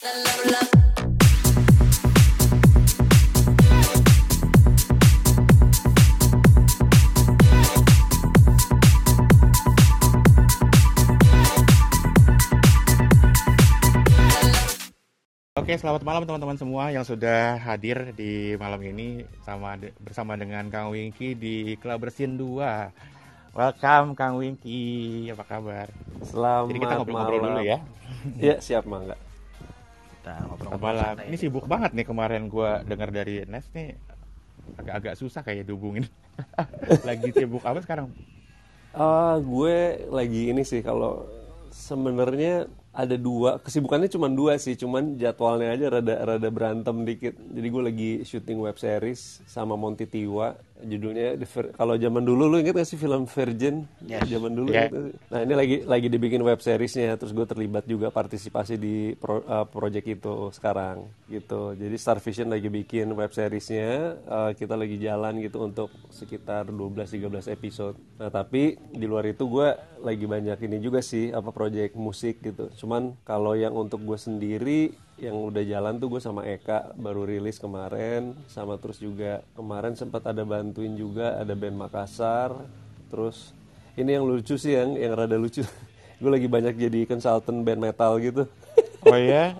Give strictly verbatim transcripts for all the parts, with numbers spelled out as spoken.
Oke, selamat malam teman-teman semua yang sudah hadir di malam ini sama de- bersama dengan Kang Wingky di Club Bersin dua. Welcome Kang Wingky, apa kabar? Jadi kita Selamat ngobrol-ngobrol dulu malam. ya. Ya, siap Mangga. Kita Selamat ngobrol-ngobrol malam. santai Ini aja. sibuk banget nih kemarin gua dengar dari Nes nih agak-agak susah kayak dihubungin. Lagi sibuk apa sekarang? Ah, gue lagi ini sih kalau sebenarnya ada dua kesibukannya cuma dua sih, cuman jadwalnya aja rada rada berantem dikit. Jadi gue lagi syuting web series sama Monty Tiwa, judulnya The Vir- kalau zaman dulu lu inget gak sih film Virgin? Yes. Zaman dulu Ya. inget gak sih? Nah ini lagi lagi dibikin web seriesnya, terus gue terlibat juga partisipasi di pro, uh, project itu sekarang gitu. Jadi Star Vision lagi bikin web seriesnya, uh, kita lagi jalan gitu untuk sekitar dua belas tiga belas episode. Nah tapi di luar itu gue lagi banyak ini juga sih, apa project musik gitu. Cuman kalau yang untuk gue sendiri yang udah jalan tuh gue sama Eka baru rilis kemarin, sama terus juga kemarin sempat ada bantuin juga ada band Makassar. Terus ini yang lucu sih, yang yang rada lucu. Gue lagi banyak jadi konsultan band metal gitu. Oh ya,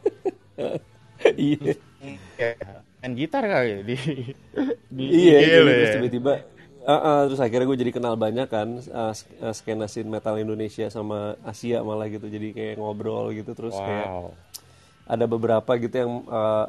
Iya. main gitar kali di di Iya, I G jadi lo terus ya. tiba-tiba ah, ah, terus akhirnya gue jadi kenal banyak kan, uh, sk- uh, skena scene metal Indonesia sama Asia malah gitu. Jadi kayak ngobrol gitu, terus kayak Wow. ada beberapa gitu yang uh,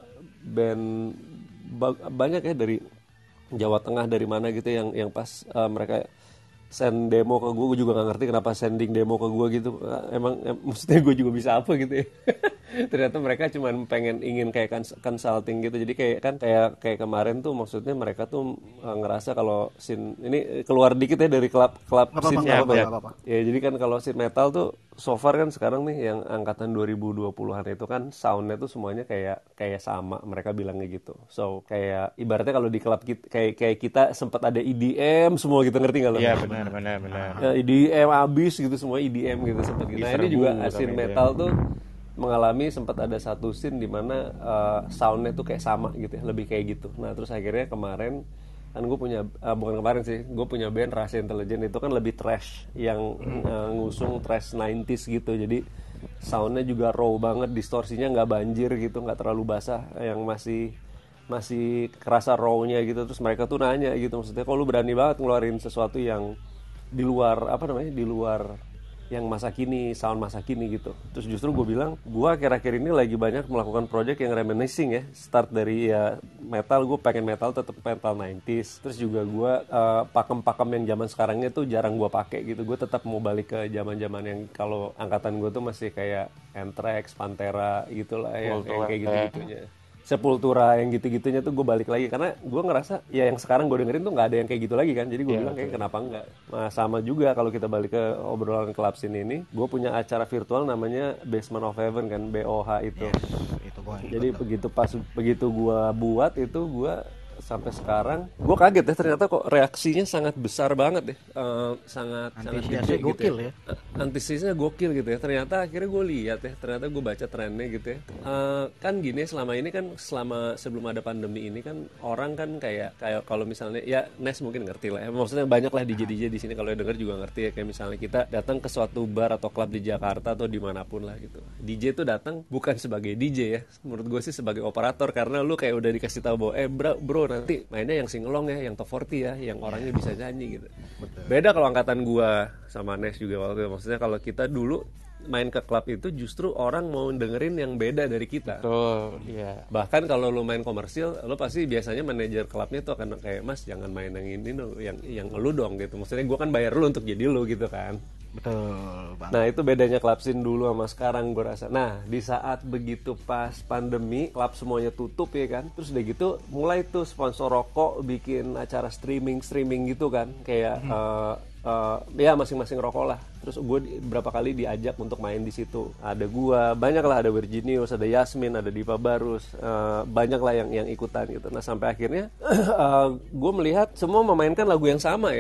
band ba- banyak ya dari Jawa Tengah, dari mana gitu, yang yang pas uh, mereka send demo ke gue, gue juga nggak ngerti kenapa sending demo ke gue gitu. Uh, emang em, maksudnya gue juga bisa apa gitu ya. Ternyata mereka cuma pengen ingin kayak cons- consulting gitu. Jadi kayak kan kayak kayak kemarin tuh maksudnya mereka tuh uh, ngerasa kalau scene ini keluar dikit ya dari klub klub Nggak apa-apa, scene nggak apa apa-apa, ya. nggak apa-apa. Ya jadi kan kalau scene metal tuh so far kan sekarang nih yang angkatan dua ribu dua puluhan itu kan soundnya tuh semuanya kayak kayak sama, mereka bilangnya gitu. So kayak ibaratnya kalau di klub kita, kayak kayak kita sempat ada E D M semua gitu, ngerti nggak lo? Iya benar benar benar. Ya, E D M abis gitu, semua E D M gitu sempat gitu. Nah ini Diserbu juga sama scene E D M. metal tuh mengalami sempat ada satu scene di mana uh, soundnya tuh kayak sama gitu ya, lebih kayak gitu. Nah terus akhirnya kemarin kan gue punya uh, bukan kemarin sih, gue punya band Rasa Intelligent, itu kan lebih trash, yang uh, ngusung trash sembilan puluhan gitu. Jadi soundnya juga raw banget, distorsinya nggak banjir gitu, nggak terlalu basah, yang masih masih kerasa raw-nya gitu. Terus mereka tuh nanya gitu, maksudnya kok lu berani banget ngeluarin sesuatu yang di luar apa namanya, di luar yang masa kini, sound masa kini gitu. Terus justru gue bilang, gue akhir-akhir ini lagi banyak melakukan project yang reminiscing ya. Start dari ya metal, gue pengen metal tetap metal sembilan puluhan. Terus juga gue uh, pakem-pakem yang zaman sekarangnya tuh jarang gue pakai gitu. Gue tetap mau balik ke zaman-zaman yang kalau angkatan gue tuh masih kayak Anthrax, Pantera gitulah, yang kayak, kayak gitu-gitunya. Sepultura yang gitu-gitunya tuh gue balik lagi, karena gue ngerasa ya yang sekarang gue dengerin tuh nggak ada yang kayak gitu lagi kan. Jadi gue Iya, bilang kayak kenapa enggak. Nah sama juga kalau kita balik ke obrolan club scene ini, gue punya acara virtual namanya Basement of Heaven kan, B O H itu. Yes, itu gua Jadi begitu pas begitu gue buat itu, gue sampai sekarang gue kaget ya, ternyata kok reaksinya sangat besar banget ya. Eh, sangat sangat Antusiasnya gede gitu gokil ya. Eh, antusiasnya gokil gitu ya. Ternyata akhirnya gue lihat ya, ternyata gue baca trennya gitu ya. Eh, kan gini, selama ini kan, selama sebelum ada pandemi ini kan orang kan kayak kayak kalau misalnya ya Nes mungkin ngerti lah ya. Maksudnya banyak lah D J D J di sini, kalau denger juga ngerti ya. Kayak misalnya kita datang ke suatu bar atau klub di Jakarta atau dimanapun lah gitu. D J tuh datang bukan sebagai D J ya. Menurut gue sih sebagai operator, karena lu kayak udah dikasih tahu bahwa eh bro, bro nanti mainnya yang singelong ya, yang top empat puluh ya, yang orangnya bisa nyanyi gitu. Beda kalau angkatan gua sama Nes juga waktu itu. Maksudnya kalau kita dulu main ke klub itu justru orang mau dengerin yang beda dari kita. Betul, iya. Bahkan kalau lu main komersil, lu pasti biasanya manajer klubnya tuh akan kayak, mas jangan main yang ini dong, yang yang lu dong gitu. Maksudnya gua kan bayar lu untuk jadi lu gitu kan. Betul, Bang. Nah itu bedanya klub scene dulu sama sekarang gue rasa. Nah di saat begitu pas pandemi, klub semuanya tutup ya kan. Terus udah gitu mulai tuh sponsor rokok bikin acara streaming streaming gitu kan. Kayak hmm. uh, uh, ya masing-masing rokok lah. Terus gue berapa kali diajak untuk main di situ. Ada gue, banyak lah, ada Virginius, ada Yasmin, ada Dipa Barus, uh, banyak lah yang yang ikutan gitu. Nah sampai akhirnya uh, gue melihat semua memainkan lagu yang sama ya.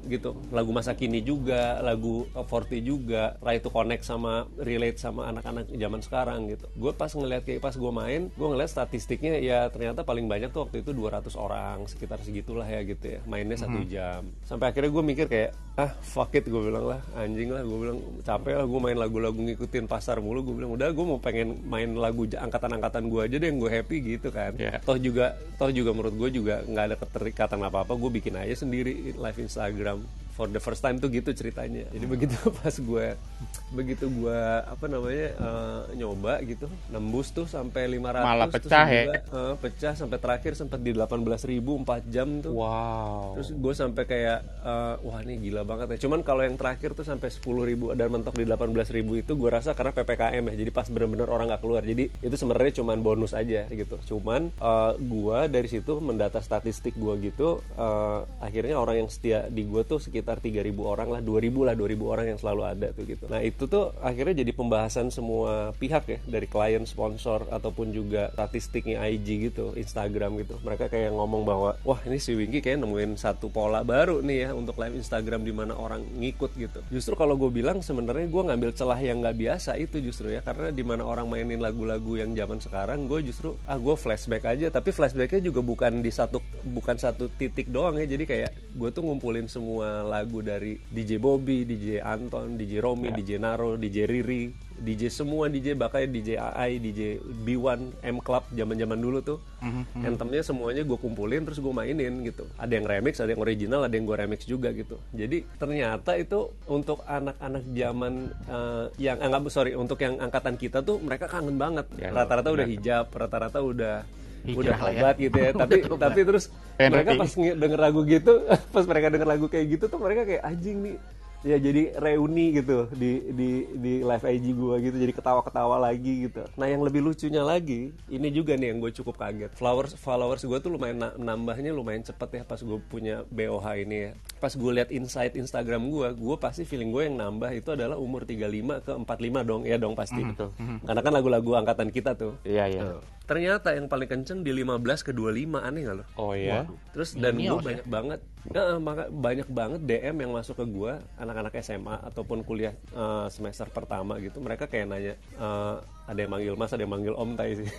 gitu, lagu masa kini juga, lagu top empat puluh juga, try to connect sama relate sama anak-anak zaman sekarang gitu. Gue pas ngeliat kayak pas gue main, gue ngeliat statistiknya ya ternyata paling banyak tuh waktu itu dua ratus orang, sekitar segitulah ya gitu ya, mainnya satu jam. Sampai akhirnya gue mikir kayak ah fuck it, gue bilang lah, anjing lah, gue bilang capek lah gue main lagu-lagu ngikutin pasar mulu. Gue bilang udah gue mau pengen main lagu angkatan-angkatan gue aja deh yang gue happy gitu kan. Yeah. Toh juga toh juga menurut gue juga nggak ada keterikatan apa-apa, gue bikin aja sendiri live Instagram for the first time tuh gitu ceritanya. Jadi begitu pas gue begitu gue apa namanya uh, nyoba gitu nembus tuh sampai lima ratus, malah pecah ya, uh, pecah sampai terakhir sempat di delapan belas ribu empat jam tuh. Wow. Terus gue sampai kayak uh, wah ini gila banget ya. Cuman kalau yang terakhir tuh sampai sepuluh ribu dan mentok di delapan belas ribu itu gue rasa karena P P K M ya. Jadi pas bener-bener orang nggak keluar. Jadi itu sebenarnya cuman bonus aja gitu. Cuman uh, gue dari situ mendata statistik gue gitu, uh, akhirnya orang yang setia di gue tuh sekitar tiga ribu orang lah, dua ribu lah, dua ribu orang yang selalu ada tuh gitu. Nah itu tuh akhirnya jadi pembahasan semua pihak ya, dari klien, sponsor, ataupun juga statistiknya I G gitu, Instagram gitu. Mereka kayak ngomong bahwa wah ini si Winky kayak nemuin satu pola baru nih ya untuk live Instagram di mana orang ngikut gitu. Justru kalau gue bilang sebenarnya gue ngambil celah yang nggak biasa itu justru ya, karena di mana orang mainin lagu-lagu yang zaman sekarang, gue justru ah gue flashback aja. Tapi flashbacknya juga bukan di satu bukan satu titik doang ya. Jadi kayak gue tuh ngumpulin semua lagu dari D J Bobby, D J Anton, D J Romi, yeah. D J Naro, D J Riri, D J semua D J, bahkan D J A I, D J B satu, M Club zaman-zaman dulu tuh. Mm-hmm. Anthemnya semuanya gue kumpulin terus gue mainin gitu. Ada yang remix, ada yang original, ada yang gue remix juga gitu. Jadi ternyata itu untuk anak-anak zaman uh, yang anggap sorry untuk yang angkatan kita tuh mereka kangen banget. Ya, rata-rata udah hijab, rata-rata udah Hijrah udah tobat ya. Gitu ya. tapi tapi terus N L P. Mereka pas denger lagu gitu, pas mereka denger lagu kayak gitu tuh mereka kayak anjing nih. Ya jadi reuni gitu di di di live I G gue gitu, jadi ketawa-ketawa lagi gitu. Nah yang lebih lucunya lagi, ini juga nih yang gue cukup kaget. Followers followers gue tuh lumayan na- nambahnya lumayan cepet ya pas gue punya B O H ini ya. Pas gue liat insight Instagram gue, gue pasti feeling gue yang nambah itu adalah umur tiga puluh lima ke empat puluh lima dong, ya dong pasti. Mm-hmm. Karena kan lagu-lagu angkatan kita tuh. Iya iya. Tuh. Ternyata yang paling kenceng di lima belas ke dua puluh lima, aneh gak lo? Oh iya. Waduh. Terus dan gue banyak ya? banget, nah, banyak banget D M yang masuk ke gue, anak-anak S M A ataupun kuliah uh, semester pertama gitu. Mereka kayak nanya, uh, ada yang manggil mas, ada yang manggil om tai sih.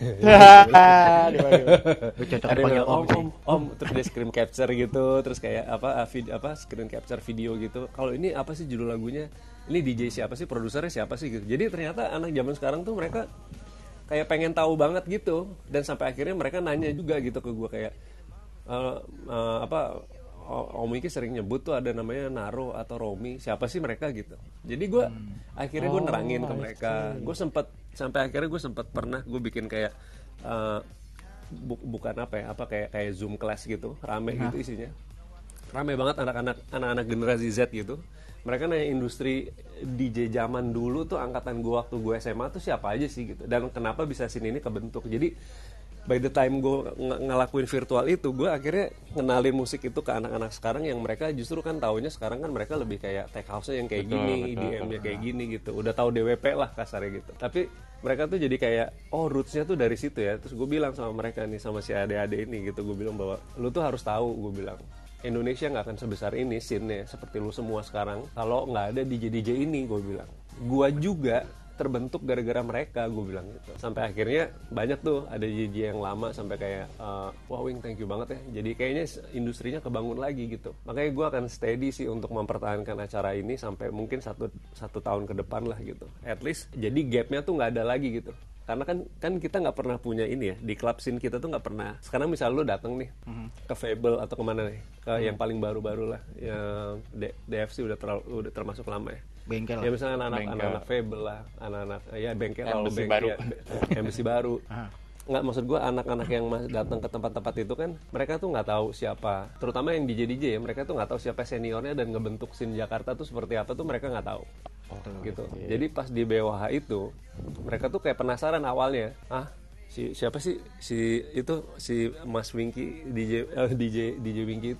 Ada yang manggil om, om, om, terus dia screen capture gitu, terus kayak apa, vid, apa screen capture video gitu. Kalau ini apa sih judul lagunya? Ini D J siapa sih? Produsernya siapa sih? Gitu. Jadi ternyata anak zaman sekarang tuh mereka kayak pengen tahu banget gitu, dan sampai akhirnya mereka nanya juga gitu ke gue kayak uh, uh, apa Om Iki sering nyebut tuh ada namanya Naro atau Romi, siapa sih mereka gitu. Jadi gue hmm. akhirnya gue nerangin oh, ke mereka. Gue sempet sampai akhirnya gue sempet pernah gue bikin kayak uh, bu- bukan apa ya apa kayak kayak Zoom class gitu, rame nah. gitu isinya, rame banget anak-anak anak-anak generasi Z gitu. Mereka nanya industri D J zaman dulu tuh angkatan gue waktu gue S M A tuh siapa aja sih gitu, dan kenapa bisa scene ini kebentuk. Jadi by the time gue ng- ngelakuin virtual itu, gue akhirnya ngenalin musik itu ke anak-anak sekarang yang mereka justru kan taunya sekarang kan mereka lebih kayak tech house-nya yang kayak betul, gini, betul, D M-nya kayak gini gitu, udah tahu D W P lah kasarnya gitu. Tapi mereka tuh jadi kayak oh roots-nya tuh dari situ ya. Terus gue bilang sama mereka nih, sama si ade-ade ini gitu, gue bilang bahwa lu tuh harus tahu, gue bilang Indonesia nggak akan sebesar ini scene-nya seperti lu semua sekarang kalau nggak ada D J D J ini, gue bilang. Gue juga terbentuk gara-gara mereka, gue bilang gitu. Sampai akhirnya banyak tuh ada D J yang lama sampai kayak uh, wah Wing thank you banget ya. Jadi kayaknya industrinya kebangun lagi gitu. Makanya gue akan steady sih untuk mempertahankan acara ini sampai mungkin satu satu tahun ke depan lah gitu. At least jadi gapnya tuh nggak ada lagi gitu. Karena kan kan kita nggak pernah punya ini ya, di club scene kita tuh nggak pernah. Sekarang misal lu datang nih mm-hmm. ke Fable atau kemana nih, ke mm-hmm. yang paling baru-baru lah, yang D- DFC udah terlalu udah termasuk lama ya. Bengkel. Ya misalnya anak-anak bengkel. anak-anak Fable lah, anak-anak ya bengkel kalau bengkel baru. Ya, M B C baru. Nggak, maksud gue anak-anak yang datang ke tempat-tempat itu kan mereka tuh nggak tahu siapa, terutama yang D J D J ya, mereka tuh nggak tahu siapa seniornya dan ngebentuk scene Jakarta tuh seperti apa tuh mereka nggak tahu. Oh, gitu. Okay. Jadi pas di B W H itu mereka tuh kayak penasaran awalnya, ah si siapa sih si itu si Mas Winky D J uh, D J D J Winky itu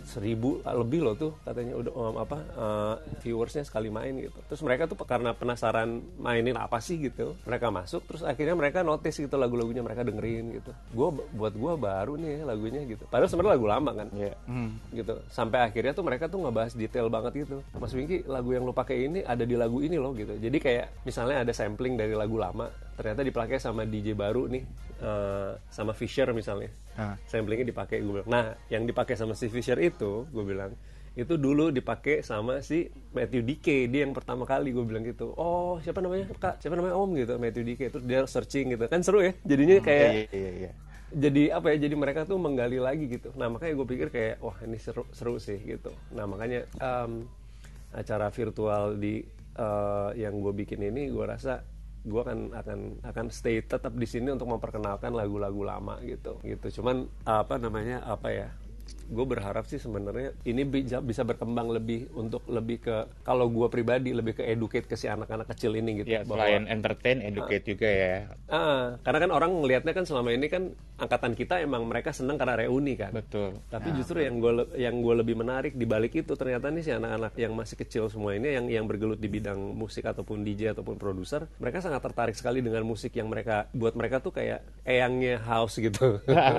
seribu lebih loh tuh katanya udah um, apa uh, viewersnya sekali main gitu. Terus mereka tuh karena penasaran mainin apa sih gitu, mereka masuk terus akhirnya mereka notice gitu lagu-lagunya, mereka dengerin gitu. Gue buat gue baru nih lagunya gitu. Padahal sebenarnya lagu lama kan, yeah. mm. gitu. Sampai akhirnya tuh mereka tuh ngebahas detail banget gitu. Mas Wingky, lagu yang lu pakai ini ada di lagu ini loh gitu. Jadi kayak misalnya ada sampling dari lagu lama, ternyata dipakai sama D J baru nih, uh, sama Fisher misalnya. Ah. Samplingnya dipakai gue bilang. Nah, yang dipakai sama si Fisher itu, gue bilang, itu dulu dipakai sama si Matthew D K, dia yang pertama kali. Gue bilang gitu. Oh, siapa namanya kak? Siapa namanya om gitu? Matthew D K. Terus dia searching gitu. Kan seru ya. Jadinya kayak, iya, iya, iya. jadi apa ya? Jadi mereka tuh menggali lagi gitu. Nah, makanya gue pikir kayak, wah ini seru, seru sih gitu. Nah, makanya um, acara virtual di uh, yang gue bikin ini, gue rasa gue akan akan akan stay tetap di sini untuk memperkenalkan lagu-lagu lama gitu gitu. Cuman apa namanya apa ya? Gue berharap sih sebenarnya ini bisa, bisa berkembang lebih untuk lebih ke, kalau gue pribadi lebih ke educate ke si anak-anak kecil ini gitu. Ya, selain entertain, educate uh, juga ya. Uh, karena kan orang ngelihatnya kan selama ini kan angkatan kita emang mereka seneng karena reuni kan. Betul. Tapi nah, justru yang gue yang gue lebih menarik di balik itu ternyata nih si anak-anak yang masih kecil semua ini yang yang bergelut di bidang musik ataupun D J ataupun produser, mereka sangat tertarik sekali dengan musik yang mereka buat mereka tuh kayak eyangnya house gitu.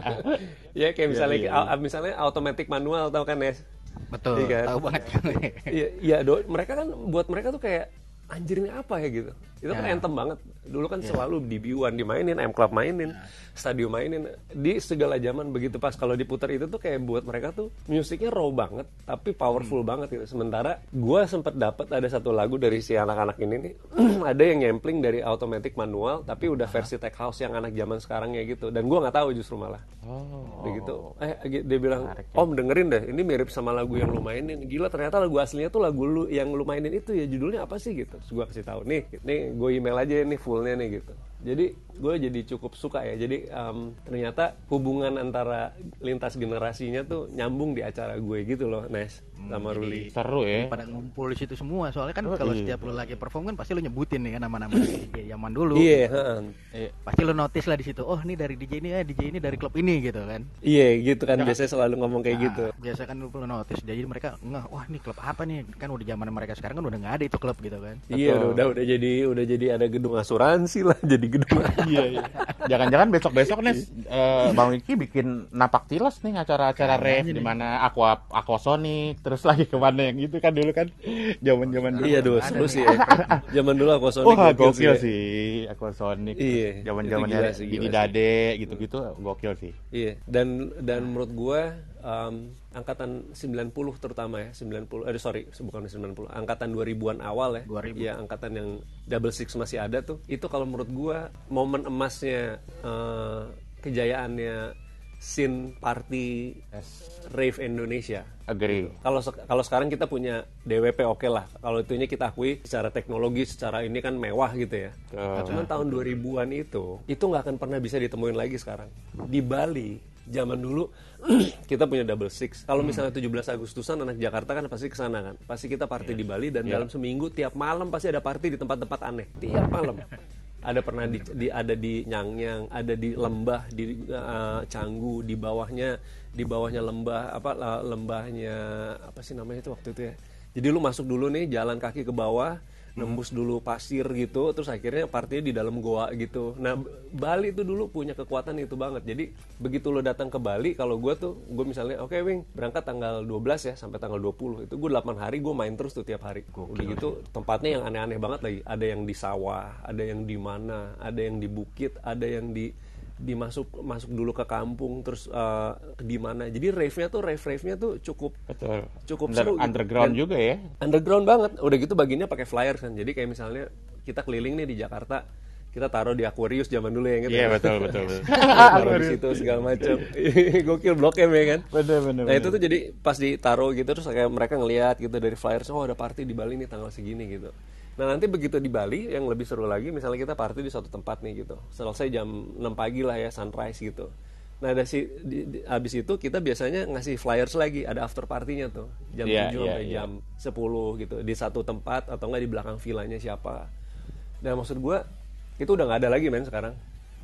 Ya kayak misalnya yeah, yeah, yeah. misalnya automatic manual, tau kan Nes? Betul, iya kan? tahu banget. Iya, ya, do, mereka kan buat mereka tuh kayak anjir ini apa ya gitu. Itu kan yeah. anthem banget. Dulu kan yeah. selalu di B satu dimainin, M Club mainin, yeah. Stadium mainin. Di segala zaman begitu pas kalau diputar itu tuh kayak buat mereka tuh musiknya raw banget, tapi powerful hmm. banget gitu. Sementara gue sempet dapat ada satu lagu dari si anak-anak ini nih, ada yang nyampling dari automatic manual, tapi udah versi tech house yang anak zaman sekarang ya gitu. Dan gue nggak tahu justru malah. Oh. Begitu. Eh dia bilang, Om dengerin deh, ini mirip sama lagu yang lu mainin. Gila ternyata lagu aslinya tuh lagu lu yang lu mainin itu ya judulnya apa sih gitu. Terus gue kasih tahu nih, nih gue email aja nih fullnya nih gitu. Jadi gue jadi cukup suka ya. Jadi um, ternyata hubungan antara lintas generasinya tuh nyambung di acara gue gitu loh, Nes sama hmm, Ruli. Seru ya. Pada ngumpul di situ semua. Soalnya kan oh, kalau iya. setiap lu lagi perform kan pasti lu nyebutin nih kan nama-nama D J zaman dulu. Iya. Gitu. Iya. Pasti lu notice lah di situ. Oh, ini dari D J ini ya, D J ini dari klub ini gitu kan. Iya, gitu kan ya. Biasanya selalu ngomong kayak nah, gitu. Biasa kan lu perlu notice. Jadi mereka ngeh, wah ini klub apa nih? Kan udah zaman mereka sekarang kan udah nggak ada itu klub gitu kan. Iya, udah, udah udah jadi udah jadi ada gedung asuransi lah, jadi gedung. Iya, iya. Jangan-jangan besok-besok nih uh, Bang Wingky bikin napak tilas nih acara-acara rave di mana Aqua Aquasonic terus lagi kemana yang itu kan dulu kan zaman-zaman dulu. Iya dulu seru sih ya. Zaman dulu Aquasonic oh, gokil sih, sih Aquasonic. Iya. Zaman-zamannya Didi Dade gitu-gitu gokil sih. Iya. Dan dan menurut gua um, angkatan sembilan puluh terutama ya, sembilan puluh eh sorry, bukan sembilan puluh, angkatan dua ribuan awal ya. dua ribu. Ya, angkatan yang double six masih ada tuh. Itu kalau menurut gua momen emasnya uh, kejayaannya scene party yes. rave Indonesia. Agree. Kalau kalau sekarang kita punya D W P oke okay lah. Kalau itunya kita akui secara teknologi, secara ini kan mewah gitu ya. Uh. Cuman tahun dua ribuan itu, itu nggak akan pernah bisa ditemuin lagi sekarang. Di Bali, zaman dulu kita punya double six. Kalau misalnya tujuh belas Agustusan anak Jakarta kan pasti kesana kan. Pasti kita party yeah. di Bali dan yeah. dalam seminggu tiap malam pasti ada party di tempat-tempat aneh. Tiap malam. Ada pernah di, di ada di Nyang-Nyang, ada di lembah di uh, Canggu, di bawahnya di bawahnya lembah apa lembahnya apa sih namanya itu waktu itu ya. Jadi lu masuk dulu nih jalan kaki ke bawah, nembus dulu pasir gitu, terus akhirnya partinya di dalam goa gitu. Nah, Bali itu dulu punya kekuatan itu banget. Jadi begitu lo datang ke Bali, kalau gue tuh, gue misalnya, oke okay, Wing, berangkat tanggal dua belas ya, sampai tanggal dua puluh. Itu gue delapan hari, gue main terus tuh tiap hari. Udah gitu, tempatnya yang aneh-aneh banget lagi. Ada yang di sawah, ada yang di mana, ada yang di bukit, ada yang di dimasuk masuk dulu ke kampung terus uh, di mana. Jadi rave-nya tuh rave-rave-nya tuh cukup betul. Cukup Under, seru underground gitu. Juga ya. Underground banget. Udah gitu bagiannya pakai flyer kan. Jadi kayak misalnya kita keliling nih di Jakarta, kita taruh di Aquarius zaman dulu ya gitu. Iya, yeah, betul betul. betul. Taruh di situ segala macam. Gokil Blok M ya kan. Bener bener. Nah, itu tuh jadi pas ditaruh gitu terus kayak mereka ngelihat gitu dari flyer, oh ada party di Bali nih tanggal segini gitu. Nah nanti begitu di Bali yang lebih seru lagi, misalnya kita party di suatu tempat nih gitu, selesai jam enam pagi lah ya, sunrise gitu. Nah dari si, di, di, abis itu kita biasanya ngasih flyers lagi, ada after partinya tuh jam yeah, tujuh yeah, sampai yeah. jam sepuluh gitu di satu tempat atau enggak di belakang villanya siapa. Nah maksud gue itu udah nggak ada lagi men sekarang.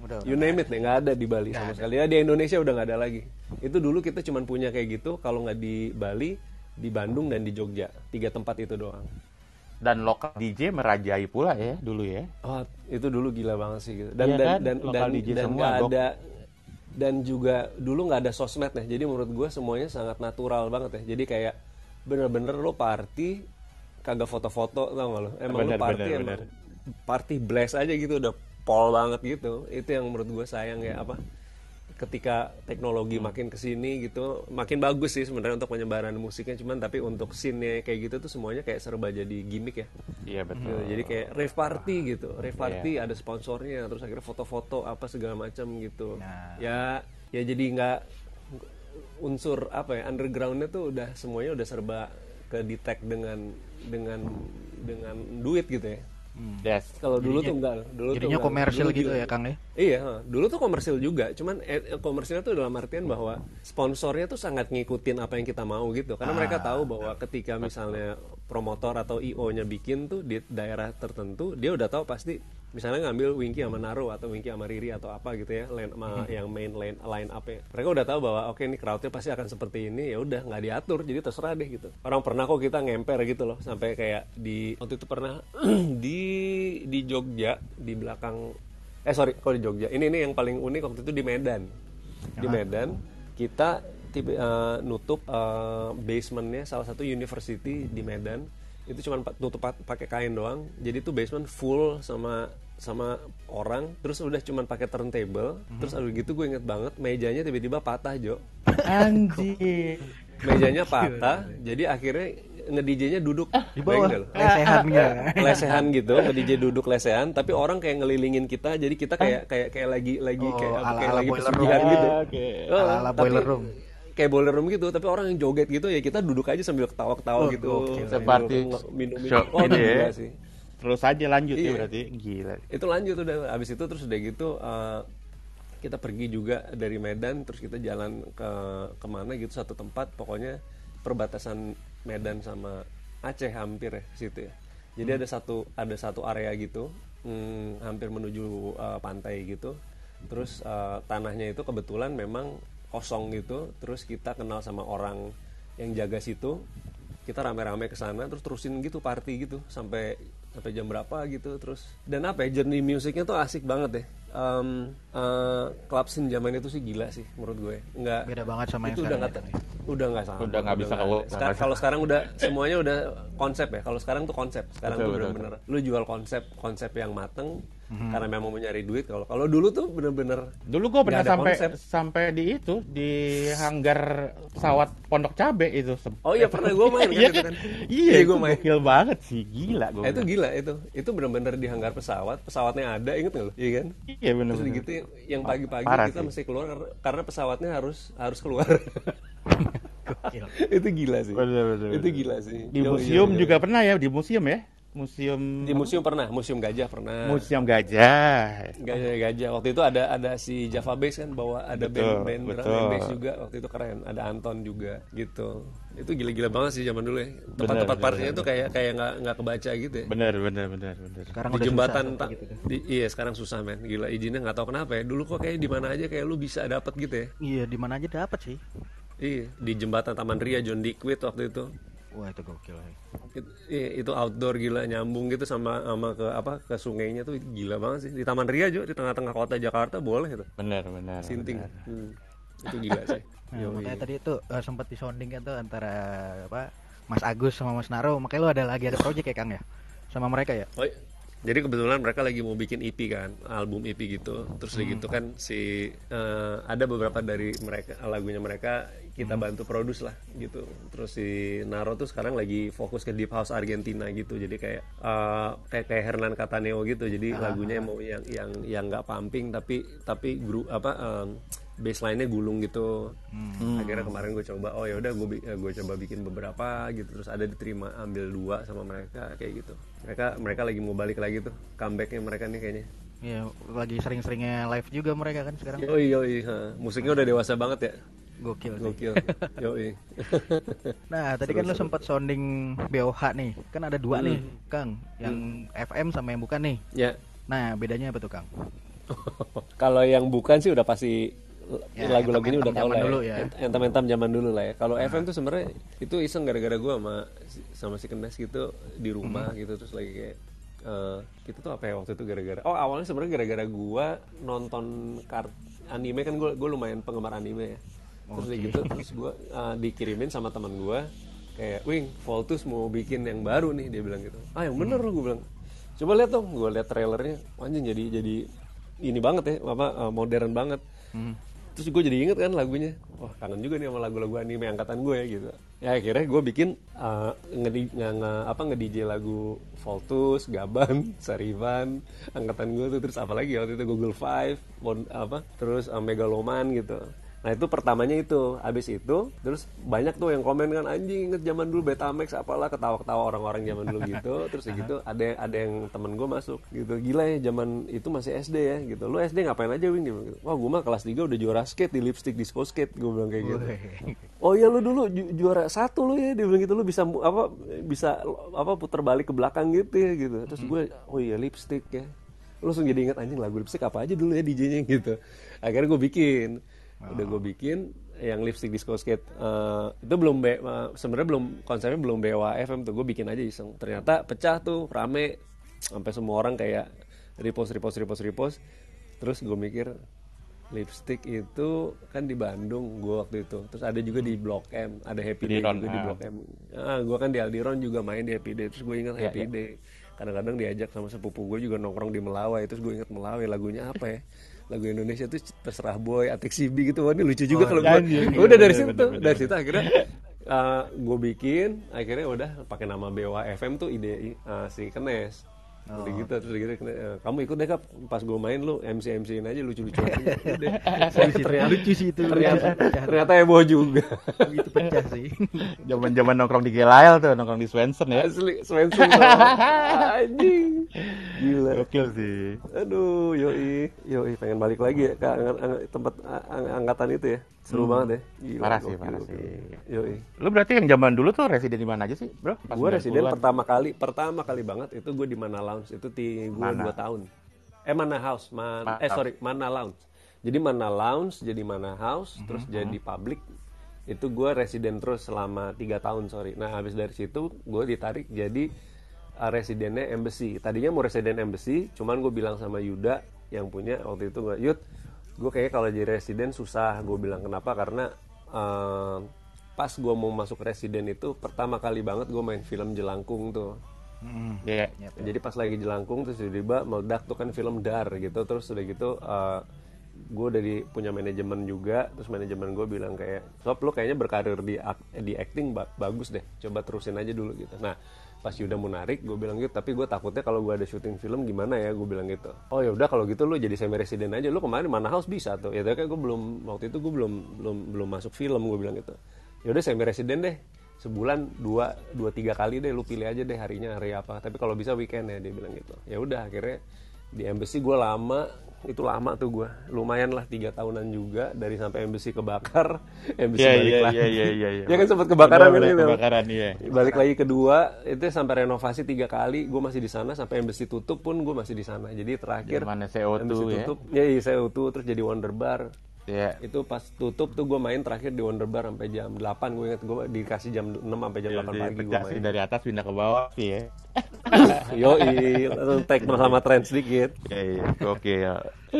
Udah, you udah name it nih, nggak ada di Bali Nggak sama ada. sekali. Ya di Indonesia udah nggak ada lagi. Itu dulu kita cuma punya kayak gitu, kalau nggak di Bali, di Bandung dan di Jogja, tiga tempat itu doang. Dan lokal D J merajai pula ya dulu ya. Oh, itu dulu gila banget sih gitu. Dan Iya dan kan? dan Lokal dan, D J dan semua, nggak Gok. ada, dan juga dulu nggak ada sosmed ya. Jadi menurut gue semuanya sangat natural banget ya. Jadi kayak bener-bener lo party kagak foto-foto, tau gak lo? Emang Bener, lo party bener, emang bener. party blast aja gitu, udah pol banget gitu. Itu yang menurut gue sayang ya, apa? Ketika teknologi makin kesini gitu, makin bagus sih sebenarnya untuk penyebaran musiknya, cuman tapi untuk scene-nya kayak gitu tuh semuanya kayak serba jadi gimmick ya. Iya betul. Gitu. Jadi kayak rave party gitu, rave party Iya. ada sponsornya, terus akhirnya foto-foto apa segala macam gitu. Nah. Ya, ya jadi nggak unsur apa ya, undergroundnya tuh udah semuanya udah serba ke detect dengan dengan dengan duit gitu ya. Yes. Kalau dulu tuh enggak, dulu tuh Jadinya enggak. komersil Dulu gitu gila. ya Kang ya. Iya, ha. Dulu tuh komersil juga, cuman eh, komersilnya tuh dalam artian bahwa sponsornya tuh sangat ngikutin apa yang kita mau gitu. Karena mereka tahu bahwa ketika misalnya promotor atau I O-nya bikin tuh di daerah tertentu, dia udah tahu pasti misalnya ngambil Winky sama Naro atau Winky sama Riri atau apa gitu ya, line sama yang main line line up-nya. Mereka udah tahu bahwa oke ini crowd-nya pasti akan seperti ini, ya udah nggak diatur, jadi terserah deh gitu. Orang pernah kok kita ngemper gitu loh, sampai kayak di waktu itu pernah di di Jogja di belakang eh sorry kalau di Jogja ini ini yang paling unik waktu itu di Medan. Di Medan kita tipe, eh, nutup eh, basementnya salah satu university di Medan, itu cuma pa- tutup pa- pakai kain doang, jadi tuh basement full sama sama orang, terus udah cuma pakai turntable, terus aduh gitu gue inget banget mejanya tiba-tiba patah Jo, Anjir. mejanya patah, jadi akhirnya nge-D J-nya duduk Di bawah bayangin nggak lo? lesehan gitu. Lesehan gitu, nge-D J duduk lesehan, tapi orang kayak ngelilingin kita, jadi kita kayak kayak kayak lagi lagi Oh, kayak apa, ala- kayak ala lagi boiler pesugihan room. gitu. Oke. Oh, Ala-ala tapi boiler room. kayak boiler room gitu, tapi orang yang joget gitu ya kita duduk aja sambil ketawa-ketawa Oh, gitu. gokil. sambil Seperti nge- minum-minum. show Oh, ini gila ya. sih. Terus aja lanjut ya Iya. berarti. Gila. Itu lanjut udah, abis itu terus udah gitu eh, kita pergi juga dari Medan, terus kita jalan ke kemana gitu, satu tempat pokoknya perbatasan Medan sama Aceh hampir ya situ ya. Jadi ada satu ada satu area gitu, hmm, hampir menuju eh, pantai gitu. Terus eh, tanahnya itu kebetulan memang kosong gitu. Terus kita kenal sama orang yang jaga situ. Kita rame-rame ke sana terus terusin gitu party gitu sampai sampai jam berapa gitu. Terus dan apa ya, journey musiknya tuh asik banget deh. Um, uh, club scene zaman itu sih gila sih menurut gue. Nggak, Beda banget sama yang itu udah sekarang nggak ya, Kang, udah nggak sama. Udah nggak bisa nggak kalau- ada. Sekar- kalau sekarang udah semuanya udah konsep ya. Kalau sekarang tuh konsep. Sekarang Betul, tuh betul, bener-bener lu jual konsep konsep yang mateng karena memang mau nyari duit. Kalau kalau dulu tuh bener-bener Dulu gue pernah nggak ada sampai konsep. sampai di itu di hanggar pesawat Pondok Cabe itu. Oh iya pernah gue main kan Iya itu kan? kan. Iya, gue itu main. gokil banget sih, gila gue. Eh, itu gila itu. Itu bener-bener di hanggar pesawat, pesawatnya ada, inget nggak lo? Iya kan? Iya benar. Terus gitu yang pagi-pagi Parah kita sih. mesti keluar kar- karena pesawatnya harus harus keluar. Gokil. Itu gila sih. Bener, bener, Itu bener. gila sih. Di Yo, museum iya, iya. juga pernah ya, di museum ya. Museum Di museum pernah, museum gajah pernah. Museum Gajah. Gajah gajah. Waktu itu ada ada si Java Bass kan bawa ada Betul, band band drum betul. and bass juga, waktu itu keren. Ada Anton juga gitu. Itu gila-gila banget sih zaman dulu ya. Tempat-tempat bener, partinya tuh kayak kayak nggak nggak kebaca gitu ya. Bener bener bener bener. Sekarang Di udah jembatan susah tak gitu kan. di- iya sekarang susah men, gila izinnya nggak tahu kenapa ya. Dulu kok kayak di mana aja kayak lu bisa dapet gitu ya. Iya, di mana aja dapat sih. Iya, di jembatan Taman Ria John Diquit waktu itu. Wah, itu gokil. ya. It, iya, itu outdoor gila, nyambung gitu sama sama ke apa ke sungainya tuh gila banget sih. Di Taman Ria juga di tengah-tengah kota Jakarta boleh itu. Bener bener. Sinting. bener. Hmm. Itu gila sih. Nah, Yoi. makanya tadi itu eh, sempat disondingkan tuh antara apa Mas Agus sama Mas Naro. Makanya lu ada lagi ada project ya Kang ya sama mereka ya. Oh, iya. Jadi kebetulan mereka lagi mau bikin E P kan, album E P gitu. Terus udah gitu kan si eh, ada beberapa dari mereka lagunya mereka kita bantu produce lah gitu. Terus si Naro tuh sekarang lagi fokus ke deep house Argentina gitu. Jadi kayak eh, kayak kayak Hernan Cataneo gitu. Jadi lagunya mau yang yang yang nggak pumping tapi tapi gru apa em, baseline-nya gulung gitu. Akhirnya kemarin gue coba, oh ya udah gue gue coba bikin beberapa gitu, terus ada diterima ambil dua sama mereka kayak gitu. Mereka mereka lagi mau balik lagi tuh, comebacknya mereka nih kayaknya. Iya, lagi sering-seringnya live juga mereka kan sekarang. Yoi yoi, ha. Musiknya udah dewasa banget ya, Gokil sih. gokil. Yoi. Nah, tadi kan lu sempat sounding B O H nih. Kan ada dua nih, Kang. Yang F M sama yang bukan nih. Ya, Nah, bedanya apa tuh, Kang? Kalau yang bukan sih udah pasti Ya, lagu-lagunya udah entem-entem tahu lah zaman ya. dulu ya. Entem-entem zaman dulu lah ya. Kalau F M tuh sebenarnya itu iseng gara-gara gue sama si- sama si Kenes gitu di rumah gitu terus lagi kayak eh, kita tuh apa ya waktu itu gara-gara oh awalnya sebenarnya gara-gara gue nonton kart anime kan gue gue lumayan penggemar anime ya. Terus kayak gitu terus gue eh, dikirimin sama teman gue kayak Wing Voltus mau bikin yang baru nih dia bilang gitu. Ah yang bener loh gue bilang. Coba lihat dong, gue lihat trailernya, anjing jadi jadi ini banget ya, apa eh, modern banget. Hmm. Terus gue jadi inget kan lagunya, wah kangen juga nih sama lagu-lagu anime angkatan gue ya gitu. Ya akhirnya gue bikin uh, nge, nge, nge, apa nge-D J lagu Voltus, Gaban, Sarivan, angkatan gue tuh terus apalagi waktu itu Google Five, Mon, apa terus uh, Megaloman gitu. Nah itu pertamanya itu, abis itu terus banyak tuh yang komen kan anjing inget zaman dulu Betamax apalah ketawa-ketawa orang-orang zaman dulu gitu. Terus ya gitu ada ada yang temen gue masuk gitu gila ya zaman itu masih S D ya gitu. Lu S D ngapain aja Wing? Dia bilang gitu. Wah gue mah kelas tiga udah juara skate di Lipstick Disco Skate gue bilang kayak gitu. Oh iya lu dulu ju- juara satu lu ya dia bilang gitu lu bisa mu- apa bisa apa putar balik ke belakang gitu ya gitu. Terus gue oh iya Lipstick ya. Lu langsung jadi ingat anjing lagu Lipstick apa aja dulu ya D J-nya gitu. Akhirnya gue bikin udah gue bikin yang Lipstick Disco Skate uh, itu belum be, uh, sebenarnya belum konsepnya belum B W F M tuh gue bikin aja iseng ternyata pecah tuh rame sampai semua orang kayak repost repost repost repost terus gue mikir Lipstick itu kan di Bandung gue waktu itu terus ada juga di Blok M ada Happy Day Aldiron, juga di ah. Blok M ah gue kan di Aldiron juga main di Happy Day terus gue ingat Ya, Happy ya. Day kadang-kadang diajak sama sepupu gue juga nongkrong di Melawai terus gue ingat Melawai lagunya apa ya lagu Indonesia tuh terserah boy Atik Sibi gitu wah ini lucu juga kalau gue iya, iya, udah dari bener, situ bener, bener, dari situ akhirnya uh, gue bikin akhirnya udah pakai nama B W F M tuh ide uh, si Kenes udah gitu terus gitu uh, kamu ikut deh Kap pas gue main lu M C M C-in aja lucu-lucuan aja udah ternyata Lucu sih itu. ternyata ternyata heboh juga Itu pecah sih. Zaman-zaman nongkrong di Gelail tuh, nongkrong di Swenson ya. asli Svensson sama anjing gila Gokil sih. aduh yoi yoi pengen balik lagi ya ke ang- ang- tempat a- ang- angkatan itu ya seru banget ya gila, Parah sih, gokil, parah gokil. sih. Yoi Lu berarti yang zaman dulu tuh residen di mana aja sih, Bro? Pas gue residen sembilan puluhan. pertama kali pertama kali banget itu gue di Mana Lounge itu ti gue Mana? dua tahun eh Mana House Man, Ma- eh sorry Mana Lounge jadi Mana Lounge jadi Mana House terus jadi public itu gue residen terus selama tiga tahun sorry nah habis dari situ gue ditarik jadi uh, residennya Embassy tadinya mau residen Embassy cuman gue bilang sama Yuda yang punya waktu itu gue Yud gue kayaknya kalau jadi residen susah gue bilang kenapa karena uh, pas gue mau masuk residen itu pertama kali banget gue main film Jelangkung tuh Iya. jadi pas lagi Jelangkung terus tiba-tiba meledak tuh kan film Dar gitu terus udah gitu uh, gue udah di, punya manajemen juga terus manajemen gue bilang kayak sob lo kayaknya berkarir di ak- di acting ba- bagus deh coba terusin aja dulu gitu nah pas Yuda mau narik gue bilang gitu tapi gue takutnya kalau gue ada syuting film gimana ya gue bilang gitu oh ya udah kalau gitu lo jadi semi resident aja lo kemarin Mana House bisa tuh ya tapi kan gue belum waktu itu gue belum belum belum masuk film gue bilang gitu ya udah semi resident deh sebulan dua dua tiga kali deh lu pilih aja deh harinya hari apa tapi kalau bisa weekend ya dia bilang gitu ya udah akhirnya di Embassy gue lama itu lama tuh gue lumayan lah tiga tahunan juga dari sampai Embassy kebakar Embassy Iya, balik iya, lagi iya, iya, iya, iya. ya kan sempat kebakaran kan Bener, gitu kebakaran, iya. balik lagi kedua itu sampai renovasi tiga kali gue masih di sana sampai Embassy tutup pun gue masih di sana jadi terakhir Zamannya C O dua Embassy ya. tutup ya iya C O dua terus jadi Wonder Bar Iya. itu pas tutup tuh gue main terakhir di Wonder Bar sampai jam delapan gue inget gue dikasih jam enam sampai jam delapan pagi gue Pecah sih main dari atas pindah ke bawah sih ya. yoi langsung tag bersama tren sedikit Iya, iya. Oke ya.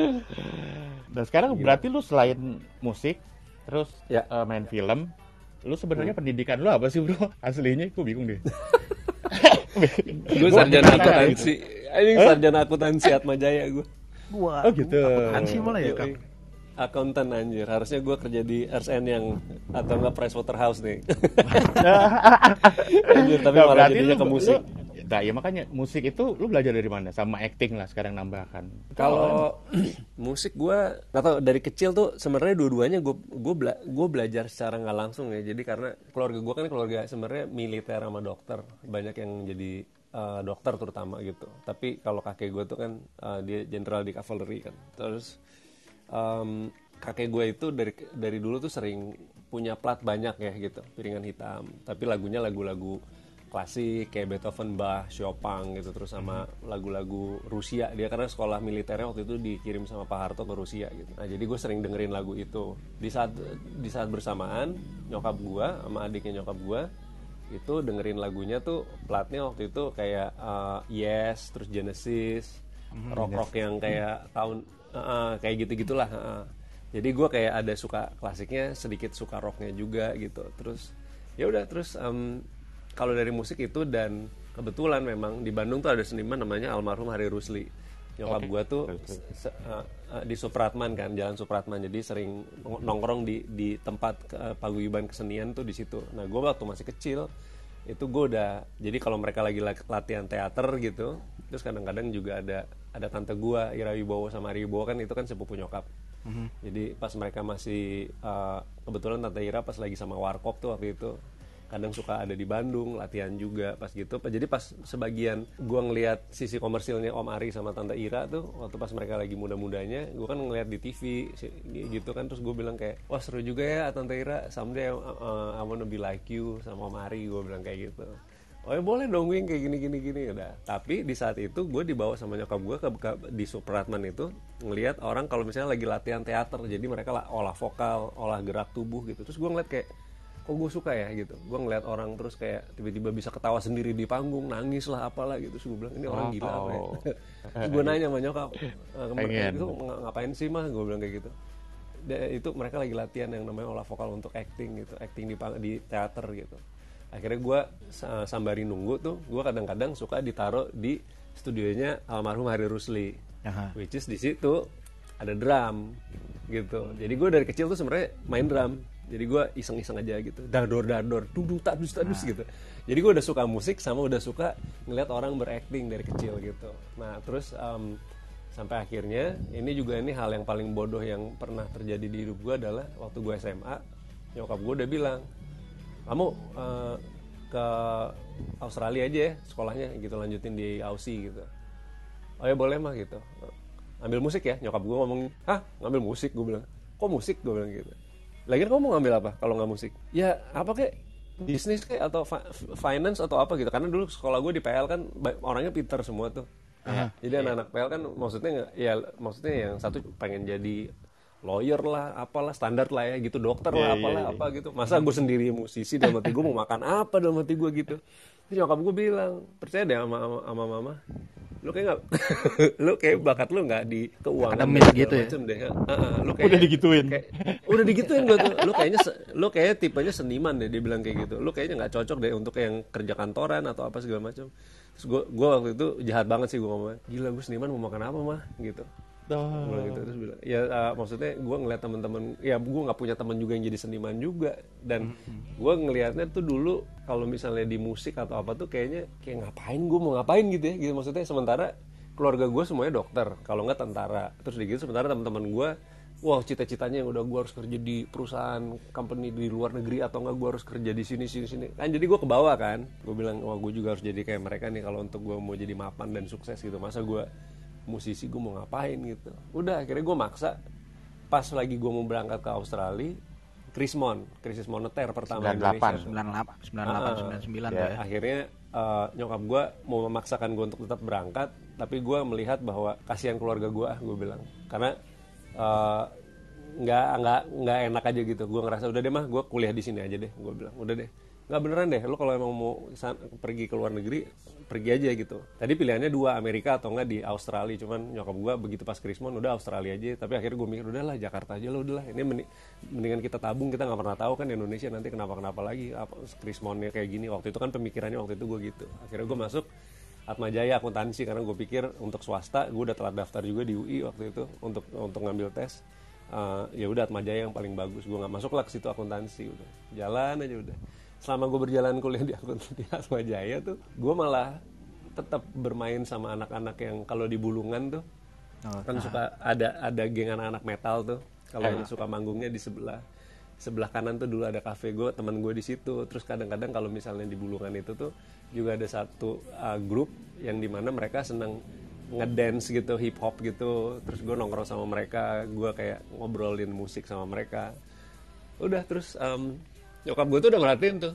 Dan sekarang berarti lu selain musik terus Ya. eh, main film, lu sebenarnya pendidikan lu apa sih, Bro? Aslinya gue bingung deh. gue sarjana akuntansi ini sarjana akuntansi Atma Jaya gue Gua. Oh, gitu. Akuntansi malah ya, Kang. akuntan anjir harusnya gue kerja di R S N yang atau enggak Pricewaterhouse nih anjir tapi Nah, malah berarti jadinya lu- ke musik lu- Nah, ya makanya musik itu lu belajar dari mana? Sama acting lah sekarang nambahkan. kalau musik gue nggak tahu dari kecil tuh sebenarnya dua-duanya gue gue bela, gue belajar secara nggak langsung ya jadi karena keluarga gue kan keluarga sebenarnya militer sama dokter banyak yang jadi uh, dokter terutama gitu tapi kalau kakek gue tuh kan uh, dia jenderal di cavalry kan terus um, kakek gue itu dari dari dulu tuh sering punya plat banyak ya gitu piringan hitam tapi lagunya lagu-lagu klasik kayak Beethoven, Bach, Chopin gitu, terus sama lagu-lagu Rusia. Dia karena sekolah militernya waktu itu dikirim sama Pak Harto ke Rusia gitu. Nah jadi gue sering dengerin lagu itu. Di saat di saat bersamaan nyokap gue sama adiknya nyokap gue itu dengerin lagunya tuh platnya waktu itu kayak uh, Yes, terus Genesis, mm-hmm, rock-rock yang kayak tahun uh, kayak gitu-gitulah. Uh. Jadi gue kayak ada suka klasiknya, sedikit suka rocknya juga gitu. Terus ya udah terus um, kalau dari musik itu, dan kebetulan memang di Bandung tuh ada seniman namanya almarhum Hari Rusli. Nyokap okay. gue tuh se- uh, uh, di Supratman kan, Jalan Supratman. Jadi sering nongkrong di di tempat uh, paguyuban kesenian tuh di situ. Nah gue waktu masih kecil itu gue udah, jadi kalau mereka lagi latihan teater gitu, terus kadang-kadang juga ada ada tante gue Ira Wibowo sama Ari Wibowo kan, itu kan sepupu nyokap. Mm-hmm. Jadi pas mereka masih uh, kebetulan tante Ira pas lagi sama Warkop tuh waktu itu, kadang suka ada di Bandung latihan juga pas gitu. Jadi pas sebagian gue ngelihat sisi komersilnya Om Ari sama tante Ira tuh waktu pas mereka lagi muda-mudanya, gue kan ngelihat di T V gitu kan, terus gue bilang kayak wah seru juga ya tante Ira, someday uh, I wanna be like you sama Om Ari, gue bilang kayak gitu. Oh ya boleh dong Wing kayak gini gini gini udah. Tapi di saat itu gue dibawa sama nyokap gue ke, ke di Supratman itu ngelihat orang kalau misalnya lagi latihan teater, jadi mereka lah olah vokal, olah gerak tubuh gitu. Terus gue ngeliat kayak kok gue suka ya gitu. Gue ngeliat orang terus kayak tiba-tiba bisa ketawa sendiri di panggung, nangis lah apalah gitu. Terus gue bilang ini orang oh, gila apa ya. Terus gue nanya sama nyokap, e, itu ngapain sih mah? Gue bilang kayak gitu. Dan itu mereka lagi latihan yang namanya olah vokal untuk acting gitu, acting di di teater gitu. Akhirnya gue sambari nunggu tuh, gue kadang-kadang suka ditaruh di studionya almarhum Hari Rusli, Aha. which is di situ ada drum gitu. Jadi gue dari kecil tuh sebenarnya main drum. Jadi gue iseng-iseng aja gitu, dador dador, duduk tadus tadus nah. gitu. Jadi gue udah suka musik sama udah suka ngeliat orang berakting dari kecil gitu. Nah terus um, sampai akhirnya ini juga ini hal yang paling bodoh yang pernah terjadi di hidup gue adalah waktu gue S M A, nyokap gue udah bilang, kamu uh, ke Australia aja ya sekolahnya gitu, lanjutin di Aussie gitu. Oh ya boleh mah gitu. Ambil musik ya, nyokap gue ngomong, hah ngambil musik? Gue bilang, kok musik? Gue bilang gitu. Lagian kamu mau ngambil apa kalau nggak musik? Ya apa kek, bisnis kek atau fa- finance atau apa gitu. Karena dulu sekolah gue di P L kan orangnya pinter semua tuh. Uh-huh. Jadi yeah. anak-anak P L kan maksudnya ya maksudnya yang satu pengen jadi lawyer lah, apalah standar lah ya gitu, dokter yeah, lah, apalah yeah, yeah. apa gitu. Masa gue sendiri musisi dalam hati gue mau makan apa dalam hati gue gitu. Terus nyokap gue bilang, percaya deh sama, sama, sama mama, lu kayak nggak, lu kayak bakat lu nggak di keuangan akademis gitu ya. Deh. Uh-uh, lu kayak, udah digituin, kayak, udah digituin gue tuh. Lu kayaknya, lu kayaknya tipenya seniman deh, dia bilang kayak gitu. Lu kayaknya nggak cocok deh untuk yang kerja kantoran atau apa segala macam. Terus gue, gue waktu itu jahat banget sih gue ngomong, gila gue seniman mau makan apa mah gitu. Oh. Gue gitu terus bilang, ya uh, maksudnya gue ngeliat teman-teman, ya gue nggak punya teman juga yang jadi seniman juga, dan mm-hmm. gue ngelihatnya tuh dulu kalau misalnya di musik atau apa tuh kayaknya kayak ngapain gue mau ngapain gitu ya, gitu maksudnya. Sementara keluarga gue semuanya dokter, kalau nggak tentara, terus gitu. Sementara teman-teman gue, wow cita-citanya yang udah gue harus kerja di perusahaan company di luar negeri atau nggak gue harus kerja di sini sini sini kan. Jadi gue kebawa kan, gue bilang wah gue juga harus jadi kayak mereka nih kalau untuk gue mau jadi mapan dan sukses gitu. Masa gue musisi gue mau ngapain gitu. Udah akhirnya gue maksa. Pas lagi gue mau berangkat ke Australia, Krismon, krisis moneter pertama Indonesia sembilan puluh delapan sembilan puluh delapan sembilan puluh sembilan ya, ya. Akhirnya uh, nyokap gue mau memaksakan gue untuk tetap berangkat, tapi gue melihat bahwa kasihan keluarga gue, gue bilang karena uh, nggak nggak nggak enak aja gitu. Gue ngerasa udah deh mah gue kuliah di sini aja deh, gue bilang udah deh, nggak beneran deh lo kalau emang mau san- pergi ke luar negeri pergi aja gitu. Tadi pilihannya dua, Amerika atau nggak di Australia, cuman nyokap gue begitu pas Krismon udah Australia aja. Tapi akhirnya gue mikir udahlah Jakarta aja lo, udahlah ini mending, mendingan kita tabung, kita nggak pernah tahu kan di Indonesia nanti kenapa kenapa lagi apa Krismonnya kayak gini. Waktu itu kan pemikirannya waktu itu gue gitu. Akhirnya gue masuk Atmajaya akuntansi karena gue pikir untuk swasta gue udah telat daftar juga di U I waktu itu untuk untuk ngambil tes. Uh, ya udah Atmajaya yang paling bagus, gue nggak masuk lah ke situ akuntansi, udah jalan aja udah. Selama gue berjalan kuliah di akuntansi Atmajaya tuh, gue malah tetap bermain sama anak-anak yang kalau di Bulungan tuh oh, kan nah. suka ada ada geng anak-anak metal tuh, kalau yang suka manggungnya di sebelah sebelah kanan tuh dulu ada kafe gue, teman gue di situ. Terus kadang-kadang kalau misalnya di Bulungan itu tuh juga ada satu uh, grup yang dimana mereka senang ngedance gitu, hip hop gitu. Terus gue nongkrong sama mereka, gue kayak ngobrolin musik sama mereka. Udah terus um, nyokap gue tuh udah merhatiin tuh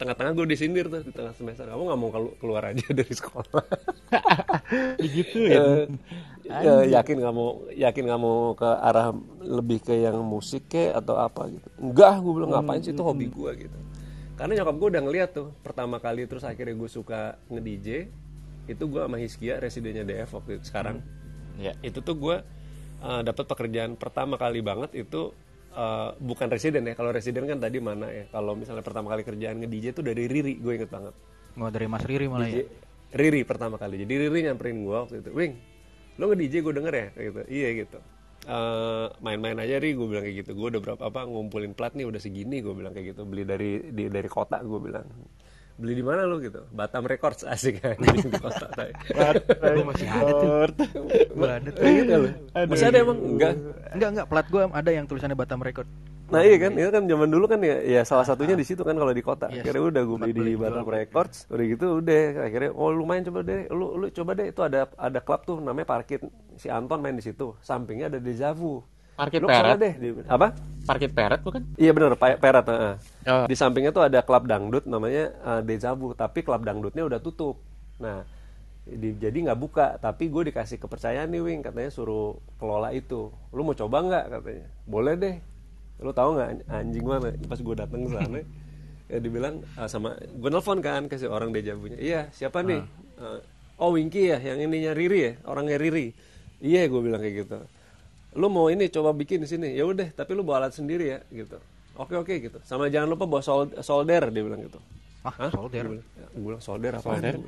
tengah-tengah gue disindir tuh di tengah semester, kamu nggak mau kelu- keluar aja dari sekolah. Begitu ya. Eh, ya, yakin nggak mau yakin nggak mau ke arah lebih ke yang musik ke atau apa gitu. Enggak, gue bilang ngapain sih, itu hobi gue gitu. Karena nyokap gue udah ngeliat tuh pertama kali, terus akhirnya gue suka nge-D J. Itu gue sama Hiskia, residennya D F waktu itu sekarang. Ya. Itu tuh gue uh, dapat pekerjaan pertama kali banget itu uh, bukan residen ya. Kalau residen kan tadi mana ya. Kalau misalnya pertama kali kerjaan nge-D J tuh dari Riri, gue inget banget. Nggak dari Mas Riri malah D J ya. Riri pertama kali. Jadi Riri nyamperin gue waktu itu, Wing, lo nge-D J gue denger ya, kayak gitu. Iya gitu. Uh, main-main aja Ri, gue bilang kayak gitu. Gue udah berapa apa ngumpulin plat nih, udah segini, gue bilang kayak gitu. Beli dari di, dari kota, gue bilang. Beli di mana lo gitu? Batam Records, asik kan di kota. Gue masih ada tuh. Gue ada tuh. Kayak gitu loh. Masih ada emang? Enggak. Enggak enggak, plat gue ada yang tulisannya Batam Record. Nah iya kan, itu kan zaman dulu kan ya, ya salah satunya di situ kan kalau di kota. Yes. Akhirnya udah gue beli di Batam Records, udah gitu udah akhirnya oh lumayan, coba deh, lu lu coba deh, itu ada ada klub tuh namanya Parkit, si Anton main di situ, sampingnya ada Deja Vu. Parkit Lu kesana Peret. deh, Di- apa? Parkit Peret bukan? Iya benar, Pa- Perat. heeh. Oh. Di sampingnya tuh ada klub dangdut namanya uh, Deja Vu, tapi klub dangdutnya udah tutup. Nah, di- jadi nggak buka, tapi gue dikasih kepercayaan nih Wing, katanya suruh kelola itu. Lu mau coba nggak katanya? Boleh deh. Lu tahu nggak anjing mana? Pas gue datang ke sana, ya dibilang uh, sama gue nelfon kan ke si orang Deja Vu-nya. Iya, siapa nih? Uh, oh Wingky ya, yang ininya Riri ya, orangnya Riri. Iya, gue bilang kayak gitu. Lu mau ini coba bikin di sini, ya udah, tapi lu bawa alat sendiri ya gitu. Oke oke gitu, sama jangan lupa bawa sol- solder, dia bilang gitu. Ah, solder. Gue bilang, ya, gue bilang solder apa?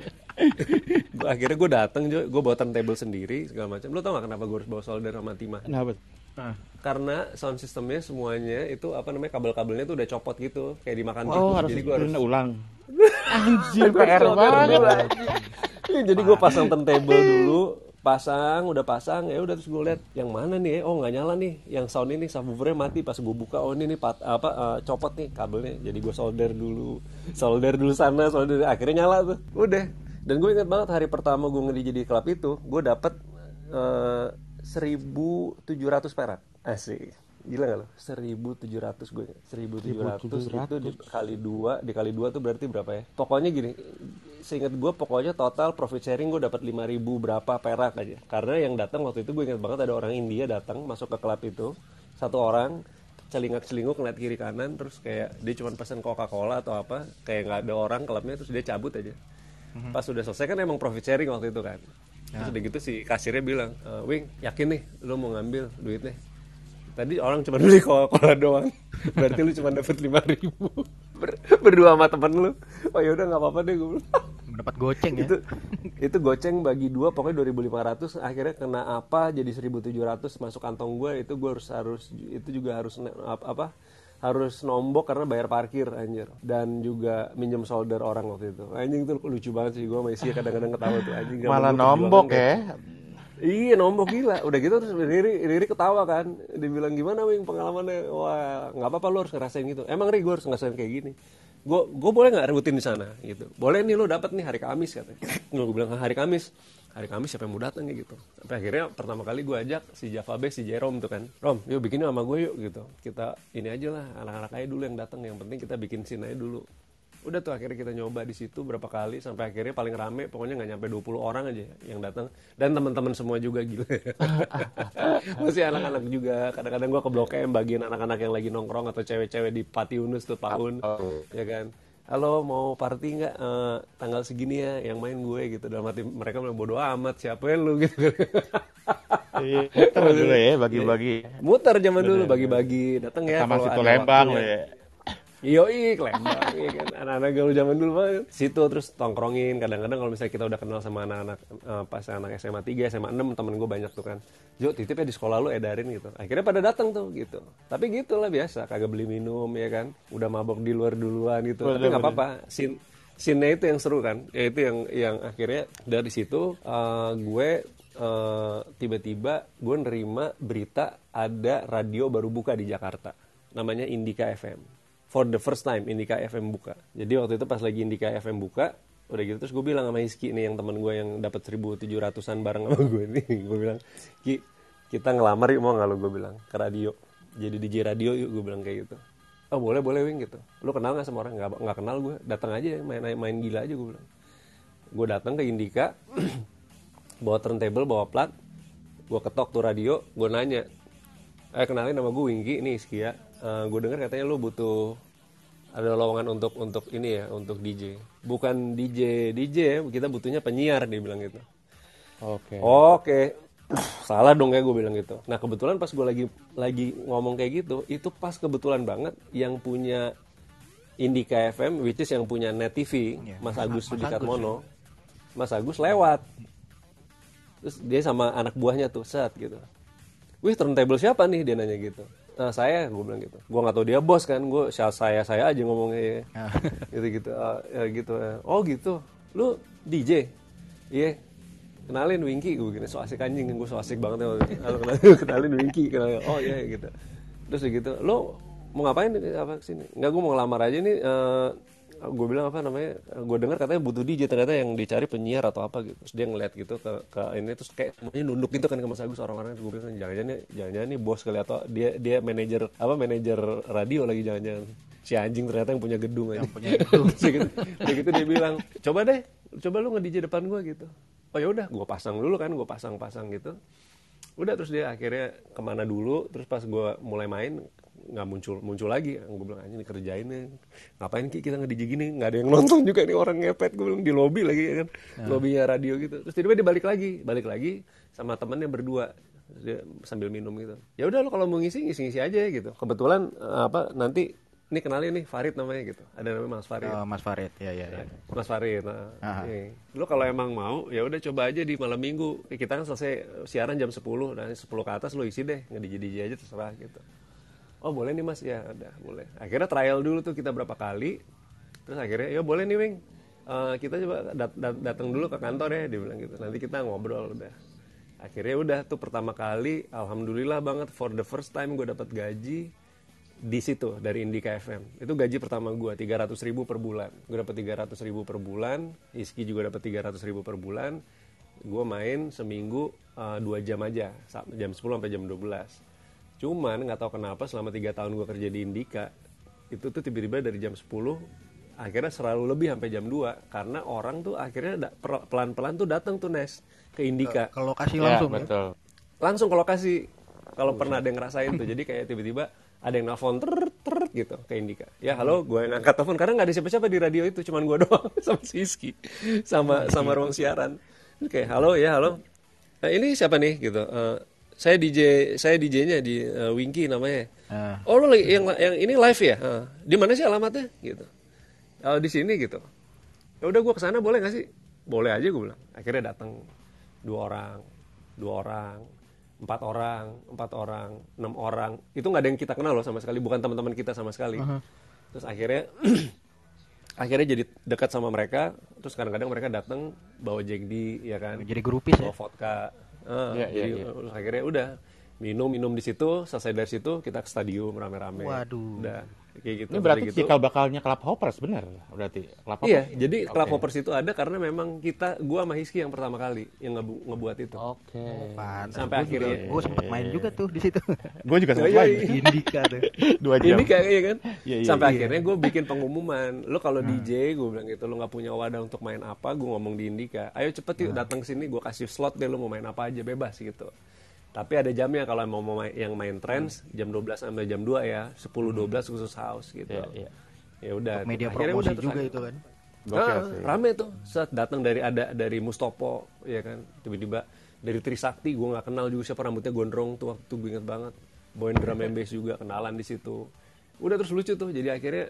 Gua, akhirnya gue dateng, gue bawa turntable sendiri segala macam. Lu tau gak kenapa gue harus bawa solder sama timah? Kenapa? Ah. Karena sound systemnya semuanya itu apa namanya, kabel-kabelnya tuh udah copot gitu, kayak dimakan Oh, tikus. harus Jadi gue harus ulang. Anjir, P R banget. jadi gue pasang turntable dulu, pasang, udah pasang, ya udah terus gue lihat yang mana nih, oh nggak nyala nih, yang sound ini subwoofernya mati. Pas gue buka, oh ini nih pat, apa uh, copot nih kabelnya. Jadi gue solder dulu, solder dulu sana, solder, akhirnya nyala tuh, udah. Dan gue ingat banget hari pertama gue nge-D J di klub itu, gue dapet uh, seribu tujuh ratus perak, asik. Gila gak lo? seribu tujuh ratus gue. seribu tujuh ratus itu dikali dua, dikali dua tuh berarti berapa ya? Pokoknya gini, seingat gue pokoknya total profit sharing gue dapat lima ribu berapa perak aja. Karena yang datang waktu itu gue ingat banget ada orang India datang masuk ke klub itu. Satu orang celingak-celinguk ngeliat kiri kanan, terus kayak dia cuma pesen Coca-Cola atau apa, kayak nggak ada orang klubnya, terus dia cabut aja. Pas udah selesai kan emang profit sharing waktu itu kan. Terus udah gitu si kasirnya bilang, e, Wing yakin nih lo mau ngambil duitnya? Tadi orang cuma beli Coca-Cola doang, berarti lu cuma dapat lima ribu Ber- berdua sama temen lu. Oh ya udah nggak apa-apa deh, gue bilang. Mendapat goceng ya. itu itu goceng bagi dua, pokoknya dua ribu lima ratus. Akhirnya kena apa jadi seribu tujuh ratus masuk kantong gue. Itu gue harus harus itu juga harus apa, apa harus nombok karena bayar parkir anjir, dan juga minjem solder orang waktu itu. Anjing tuh lucu banget sih, gue masih kadang-kadang ketawa tuh anjing. Malah nombok ya. Iya nombok gila. Udah gitu terus Riri, Riri ketawa kan. Dia bilang gimana Wing pengalamannya? Wah nggak apa-apa lo harus ngerasain gitu. Emang Ri gue harus ngerasain kayak gini. Gue gue boleh nggak rutin di sana gitu. Boleh nih lo dapat nih hari Kamis katanya. Gue bilang hari Kamis. Hari Kamis siapa yang mau datang gitu. Sampai akhirnya pertama kali gue ajak si Java Bass, si Jerome tuh kan. Rom, yuk bikin sama gue yuk gitu. Kita ini aja lah, anak-anak aja dulu yang datang. Yang penting kita bikin scene aja dulu. Udah tuh akhirnya kita nyoba di situ berapa kali sampai akhirnya paling rame pokoknya nggak nyampe dua puluh orang aja yang datang, dan teman-teman semua juga gila. Masih anak-anak juga. Kadang-kadang gua ke Blok M bagian anak-anak yang lagi nongkrong atau cewek-cewek di Pati Unus tuh Paun, ya kan. Halo mau party nggak uh, tanggal segini ya, yang main gue gitu. Dalam hati mereka bilang bodo amat siapa yang lu gitu. Iya, muter dulu ya, bagi-bagi. Muter zaman dulu bagi-bagi, datang ya sama kalau situ ada Lembang waktunya. lo ya. Yoi, Lembang, ya kan, anak-anak gaul zaman dulu banget. Situ terus tongkrongin, kadang-kadang kalau misalnya kita udah kenal sama anak-anak uh, pas anak S M A tiga, S M A enam, temen gue banyak tuh kan. Jo, titip ya di sekolah lu edarin gitu. Akhirnya pada datang tuh gitu. Tapi gitulah biasa, kagak beli minum ya kan. Udah mabok di luar duluan gitu. Bener, Tapi nggak apa-apa. Sin Scene-nya itu yang seru kan. Ya itu yang yang akhirnya dari situ uh, gue uh, tiba-tiba gue nerima berita ada radio baru buka di Jakarta. Namanya Indika F M. For the first time Indika F M buka. Jadi waktu itu pas lagi Indika F M buka, udah gitu terus gue bilang sama Hizky nih, yang teman gue yang dapat seribu tujuh ratusan bareng sama gue nih, gue bilang, Ki, kita ngelamar yuk, mau nggak lo, gue bilang, ke radio. Jadi D J radio yuk, gue bilang kayak gitu. oh boleh boleh Wing gitu, lu kenal nggak sama orang? Nggak nggak kenal gue, datang aja main main gila aja gue bilang. Gue datang ke Indika bawa turntable bawa plat, gue ketok tuh radio, gue nanya, eh kenalin nama gue Wingky nih Skia, uh, gue dengar katanya lu butuh ada lowongan untuk untuk ini ya, untuk D J. Bukan D J D J ya, kita butuhnya penyiar, dia bilang gitu. Oke. Oke, salah dong ya gue bilang gitu. Nah kebetulan pas gue lagi lagi ngomong kayak gitu, itu pas kebetulan banget yang punya Indika F M, which is yang punya Net T V, Iya, Mas Mas- Agus Mas Sudikat Agus, Mono. Mas Agus lewat. Terus dia sama anak buahnya tuh, set gitu. Wih turntable siapa nih, dia nanya gitu. Nah, saya, gue bilang gitu. Gue nggak tahu dia bos kan, gue saya saya aja ngomongnya ya. gitu gitu, uh, ya gitu. Uh. Oh gitu, lu D J? Iya. Kenalin Wingky, gue gini, so asik anjing, gue so asik banget ya. Halo, kenalin, kenalin Wingky, kenalin. Oh iya gitu. Terus gitu, lo mau ngapain apa sini? Enggak, gue mau ngelamar aja nih. Uh, gue bilang apa namanya? Gue dengar katanya butuh D J, ternyata yang dicari penyiar atau apa gitu. Terus dia ngeliat gitu ke, ke ini, terus kayak semuanya nunduk gitu kan ke Mas Agus, orang-orang. Gue bilang jangan-jangan nih, jangan-jangan nih bos kali atau dia dia manajer apa manajer radio lagi, jangan-jangan si anjing ternyata yang punya gedung aja. Yang punya gedung. Terus gitu, dia gitu dia bilang, coba deh, coba lu nge-D J depan gue gitu. Oh ya udah, gue pasang dulu kan, gue pasang-pasang gitu. Udah terus dia akhirnya kemana dulu, terus pas gue mulai main nggak muncul muncul lagi. Gue bilang anjing dikerjain nih, ngapain Ki kita nge-D J gini, nggak ada yang nonton juga nih, orang ngepet. Gue bilang di lobby lagi ya kan, nah. Lobbynya radio gitu. Terus tiba-tiba dia balik lagi, balik lagi sama temennya berdua. Terus dia sambil minum gitu. Ya udah lo kalau mau ngisi ngisi-ngisi aja gitu. Kebetulan apa nanti ini kenalin nih Farid namanya gitu. Ada namanya Mas Farid. Oh, Mas Farid, ya ya ya. Mas Farid. Nah, iya. Lo kalau emang mau, ya udah coba aja di malam minggu. Kita kan selesai siaran jam sepuluh, nah sepuluh ke atas lo isi deh, nge-D J D J aja terserah gitu. Oh boleh nih Mas, ya udah boleh. Akhirnya trial dulu tuh kita berapa kali. Terus akhirnya ya boleh nih Wing. Uh, kita coba dat- dat- datang dulu ke kantor ya, dia bilang gitu. Nanti kita ngobrol udah. Akhirnya udah tuh pertama kali, alhamdulillah banget, for the first time gue dapat gaji di situ dari Indika F M. Itu gaji pertama gue, tiga ratus ribu per bulan. Gue dapat tiga ratus ribu per bulan, Iski juga dapat tiga ratus ribu per bulan. Gue main seminggu uh, dua jam aja, jam sepuluh sampai jam dua belas. Cuman nggak tahu kenapa selama tiga tahun gue kerja di Indika, itu tuh tiba-tiba dari jam sepuluh akhirnya selalu lebih sampai jam dua, karena orang tuh akhirnya da- pelan-pelan tuh datang tuh Nes ke Indika. Ke lokasi Ya, langsung. betul. Langsung ke lokasi. Kalau pernah ada yang ngerasain tuh, jadi kayak tiba-tiba ada yang nelfon ter ter gitu ke Indika. Ya halo, gue yang angkat telepon karena nggak ada siapa-siapa di radio itu, cuman gue doang sama si Iski, sama sama ruang siaran. Oke, halo ya halo. Nah, ini siapa nih gitu? Uh, saya D J, saya D J-nya di uh, Wingky namanya. Uh. Oh lu lagi yang yang ini live ya? Uh, di mana sih alamatnya? Gitu. Oh di sini gitu. Ya udah gue kesana boleh nggak sih? Boleh aja gue bilang. Akhirnya datang dua orang, dua orang. Empat orang, empat orang, enam orang, itu nggak ada yang kita kenal loh sama sekali, bukan teman-teman kita sama sekali. Uh-huh. Terus akhirnya, akhirnya jadi dekat sama mereka. Terus kadang-kadang mereka datang bawa Jack D, ya kan? Jadi grupis bawa ya? vodka. Uh, ya, jadi ya, ya. akhirnya udah minum minum di situ. Selesai dari situ kita ke stadium rame-rame. Waduh. Udah kayak gitu. Ini berarti gitu. cikal bakalnya Club Hoppers, bener? Berarti Club Hoppers. Iya, jadi Club okay. Hoppers itu ada karena memang kita, gua sama Hiski yang pertama kali yang ngebu- ngebuat itu. Oke. Okay. Oh, sampai akhirnya gue sempet main juga tuh di situ. Gue juga sempet Iya, main. iya. Indika tuh. Dua jam. Ini kayaknya kan. Iya, iya, sampai iya. akhirnya gue bikin pengumuman. Lo kalau hmm. D J, gue bilang gitu, lo nggak punya wadah untuk main apa, gue ngomong di Indika. Ayo cepet yuk datang sini, gue kasih slot deh, lo mau main apa aja bebas gitu. Tapi ada jamnya kalau mau main, yang main trance hmm. jam dua belas sampai jam dua ya, sepuluh dua belas khusus house gitu. Iya, iya. Ya udah. Media akhirnya promosi udah, juga terus, itu kan. Nah, rame tuh saat datang dari ada dari Mustopo ya kan, tiba-tiba dari Trisakti, gue nggak kenal juga siapa, rambutnya gondrong tuh waktu, gue inget banget. Bawain drum and bass juga, kenalan di situ. Udah terus lucu tuh, jadi akhirnya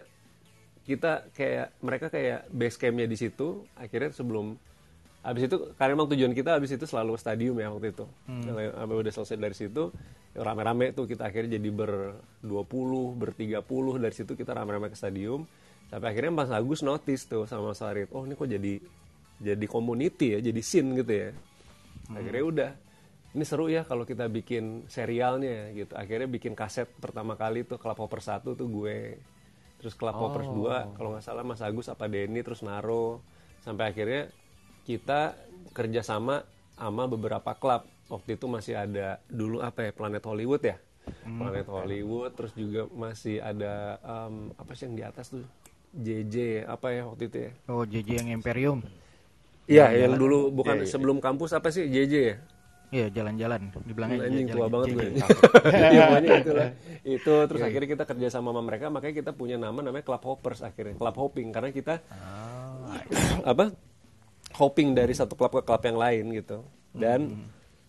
kita kayak mereka kayak base campnya di situ. Akhirnya sebelum abis itu, karena memang tujuan kita abis itu selalu ke stadium ya waktu itu. Hmm. Abis udah selesai dari situ, rame-rame tuh kita akhirnya jadi ber dua puluh, ber tiga puluh, dari situ kita rame-rame ke stadium. Sampai akhirnya Mas Agus notice tuh sama Mas Farid, oh ini kok jadi jadi community ya, jadi scene gitu ya. Akhirnya udah, ini seru ya kalau kita bikin serialnya gitu. Akhirnya bikin kaset pertama kali tuh Club Hoppers satu tuh gue. Terus Club oh. Hoppers dua, kalau nggak salah Mas Agus apa Denny, terus Naro. Sampai akhirnya kita kerjasama sama beberapa klub. Waktu itu masih ada dulu apa ya, Planet Hollywood ya. Hmm, Planet Hollywood, terus juga masih ada em, apa sih yang di atas tuh, J J apa ya waktu itu ya. oh J J yang Imperium, Iya, yang jalan-jalan. dulu Iya, bukan iya. sebelum kampus apa sih, J J ya. Iya, jalan-jalan. Dibilangnya Hmm, j- anjing jalan tua banget J J. gue. Iya pokoknya itulah. Itu terus Iya, iya. akhirnya kita kerja sama sama mereka, makanya kita punya nama namanya Club Hoppers akhirnya. Club Hopping karena kita Ah, apa? Hopping dari satu klub ke klub yang lain gitu. Dan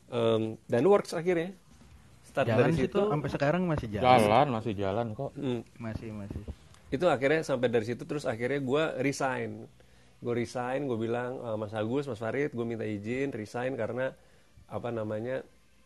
em, dan works akhirnya. Start jalan dari situ situ. sampai sekarang masih jalan. Jalan, masih jalan kok. hmm, Masih masih. itu akhirnya sampai dari situ terus akhirnya gue resign. Gue resign, gue bilang "Eh, Mas Agus, Mas Farid, gue minta izin resign karena apa namanya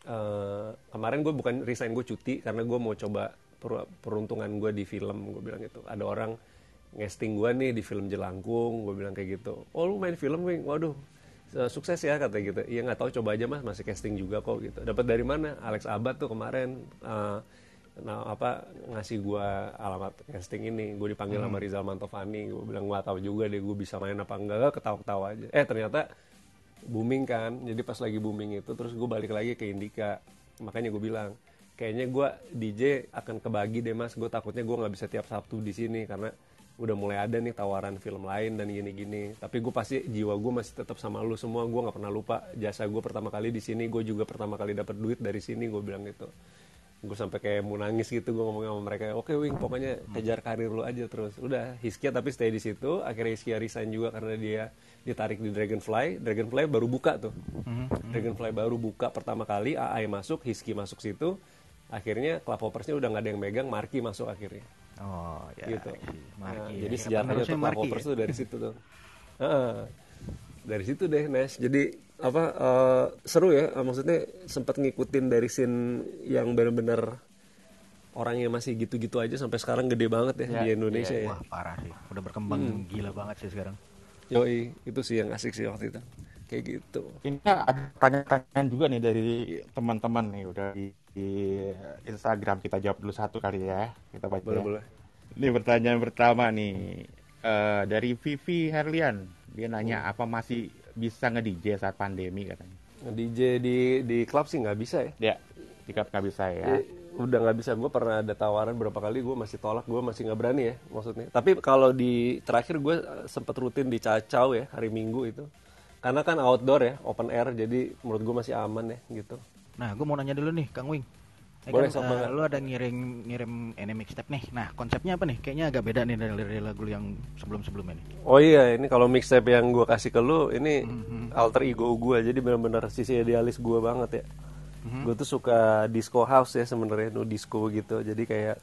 eh, kemarin gue bukan resign, gue cuti karena gue mau coba per- peruntungan gue di film. Gue bilang gitu, ada orang ngesting gue nih di film Jelangkung, gue bilang kayak gitu. Oh lu main film, Wing? Waduh, se- sukses ya kata gitu. Iya nggak tahu, coba aja mas, masih casting juga kok gitu. Dapat dari mana? Alex Abad tuh kemarin eh, nah apa ngasih gue alamat casting ini. Gue dipanggil sama Rizal Mantovani. Gue bilang nggak tahu juga deh gue bisa main apa enggak, ketawa-ketawa aja. Eh ternyata booming kan. Jadi pas lagi booming itu terus gue balik lagi ke Indika. Makanya gue bilang kayaknya gue D J akan kebagi deh mas. Gue takutnya gue nggak bisa tiap Sabtu di sini karena udah mulai ada nih tawaran film lain dan gini-gini. Tapi gue pasti jiwa gue masih tetap sama lu semua. Gue nggak pernah lupa jasa gue pertama kali di sini. Gue juga pertama kali dapat duit dari sini. Gue bilang gitu. Gue sampai kayak mau nangis gitu. Gue ngomong sama mereka, oke Wing, pokoknya kejar karir lu aja terus. Udah, Hiskia tapi stay di situ. Akhirnya Hiskia resign juga karena dia ditarik di Dragonfly. Dragonfly baru buka tuh. Dragonfly baru buka pertama kali. A I masuk, Hiski masuk situ. Akhirnya Club Hoppersnya udah nggak ada yang megang. Marky masuk akhirnya. Oh, ya. Gitu. si Nah, Marky. jadi ya. sejarahnya Penerusnya tuh Club Marky Hoppers ya? tuh dari situ tuh. Heeh. Dari situ deh Nes. Jadi apa eh, seru ya, Eh, maksudnya sempat ngikutin dari scene yang benar-benar orangnya masih gitu-gitu aja sampai sekarang gede banget ya, Ya, di Indonesia ya. Wah, parah sih. Udah berkembang gila banget sih sekarang. Yoi, itu sih yang asik sih waktu itu. Kayak gitu. Ini ada pertanyaan juga nih dari teman-teman nih udah di, di Instagram, kita jawab dulu satu kali ya. Kita baca. Boleh, boleh. Ini pertanyaan pertama nih eh, dari Vivi Herlian. Dia nanya apa masih bisa nge-D J saat pandemi katanya. D J di di klub sih nggak bisa ya. Ya, jika nggak bisa ya. Eh, udah nggak bisa. Gue pernah ada tawaran berapa kali, gue masih tolak, gue masih nggak berani ya maksudnya. Tapi kalau di terakhir gue eh, sempet rutin di Cacau ya hari Minggu itu, karena kan outdoor ya, open air, jadi menurut gue masih aman ya gitu. Nah, gue mau nanya dulu nih, Kang Wing. Eh, Boleh, kan, sok eh, banget. lu ada ngirim ngirim N M mixtape nih. Nah, konsepnya apa nih? Kayaknya agak beda nih dari, dari lagu yang sebelum-sebelumnya nih. Oh iya, ini kalau mixtape yang gue kasih ke lu, ini alter ego gue, jadi benar-benar sisi idealis gue banget ya. Gue tuh suka disco house ya sebenarnya, no disco gitu. Jadi kayak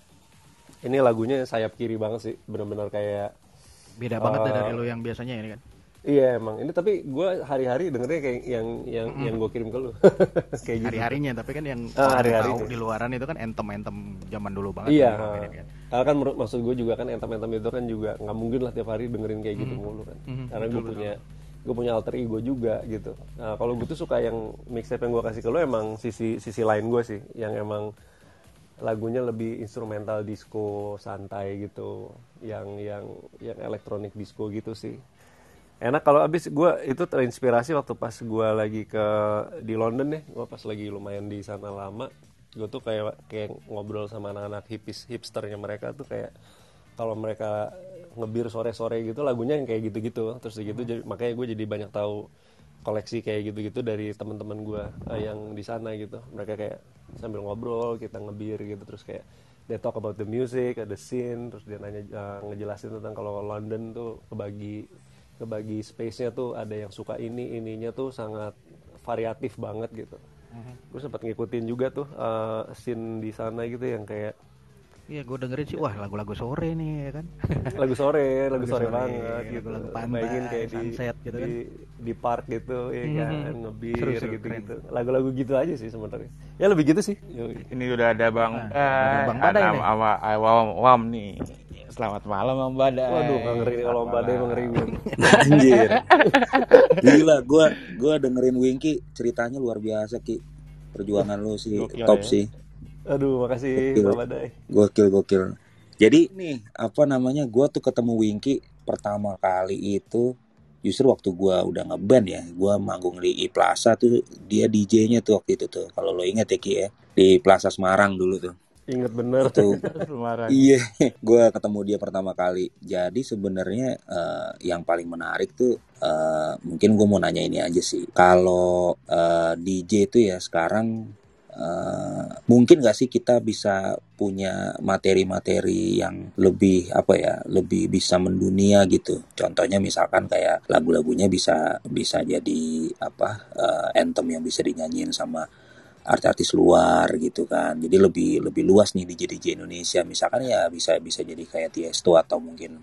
ini lagunya sayap kiri banget sih, benar-benar kayak Beda banget dah Eh, dari lu yang biasanya ini kan. iya emang ini, tapi gue hari-hari dengernya kayak yang yang yang gue kirim ke lu kayak gitu. Hari-harinya, tapi kan yang Ah, orang hari-harinya. tahu di luaran itu kan entem-entem zaman dulu banget. Iya, kan dimainin kan. karena kan menurut maksud gue juga kan entem-entem itu kan juga nggak mungkin lah tiap hari dengerin kayak gitu mulu kan. Karena gue punya gue punya alter ego juga gitu. Nah kalau gue tuh suka yang mixtape yang gue kasih ke lo emang sisi sisi lain gue sih, yang emang lagunya lebih instrumental disco santai gitu, yang yang yang elektronik disco gitu sih. Enak kalau abis gue itu terinspirasi waktu pas gue lagi ke di London ya, gue pas lagi lumayan di sana lama, gue tuh kayak kayak ngobrol sama anak-anak hipis hipsternya mereka tuh kayak kalau mereka ngebir sore-sore gitu lagunya yang kayak gitu-gitu, terus gitu jadi makanya gue jadi banyak tahu koleksi kayak gitu-gitu dari teman-teman gue eh, yang di sana gitu. Mereka kayak sambil ngobrol kita ngebir gitu, terus kayak they talk about the music, ada scene, terus dia nanya eh, ngejelasin tentang kalau London tuh kebagi kebagi space-nya tuh ada yang suka ini, ininya tuh sangat variatif banget gitu. Gue sempat ngikutin juga tuh uh, scene di sana gitu yang kayak Iya, gue dengerin sih, wah lagu-lagu sore nih ya kan. lagu sore, lagu, Lagu sore, sore, banget gitu. lagu-lagu pantai, Bayangin kayak di, sunset gitu kan. di di park gitu ya kan, ngebir Seru-seru, gitu-gitu. Lagu-lagu gitu aja sih sebenarnya. Ya lebih gitu sih. Yoi. Ini udah ada Bang Nah, Badai, ada Bang Badai ada nih. sama Wam Wam nih. Selamat malam Bang Badai. Waduh, nggak ngeri nih kalau badai emang ngeri gue. Anjir. Gila, gua gua dengerin Winky ceritanya luar biasa Ki. Perjuangan lu sih Gokil top ya. sih. Aduh, makasih Gokil. Pak Badai. Gokil gokil. Jadi nih, apa namanya? Gua tuh ketemu Winky pertama kali itu justru waktu gua udah ngeband ya. Gua manggung di I Plaza tuh, dia D J-nya tuh waktu itu tuh. Kalau lo ingat ya Ki ya. D di Plaza Semarang dulu tuh. Ingat bener. Itu Semarang. iya, gue ketemu dia pertama kali. Jadi sebenarnya eh, yang paling menarik tuh eh, mungkin gue mau nanya ini aja sih. Kalau eh, D J itu ya sekarang eh, mungkin gak sih kita bisa punya materi-materi yang lebih apa ya, lebih bisa mendunia gitu. Contohnya misalkan kayak lagu-lagunya bisa bisa jadi apa eh, anthem yang bisa dinyanyiin sama artis-artis luar gitu kan. Jadi lebih lebih luas nih D J D J Indonesia. Misalkan ya bisa bisa jadi kayak Tiesto atau mungkin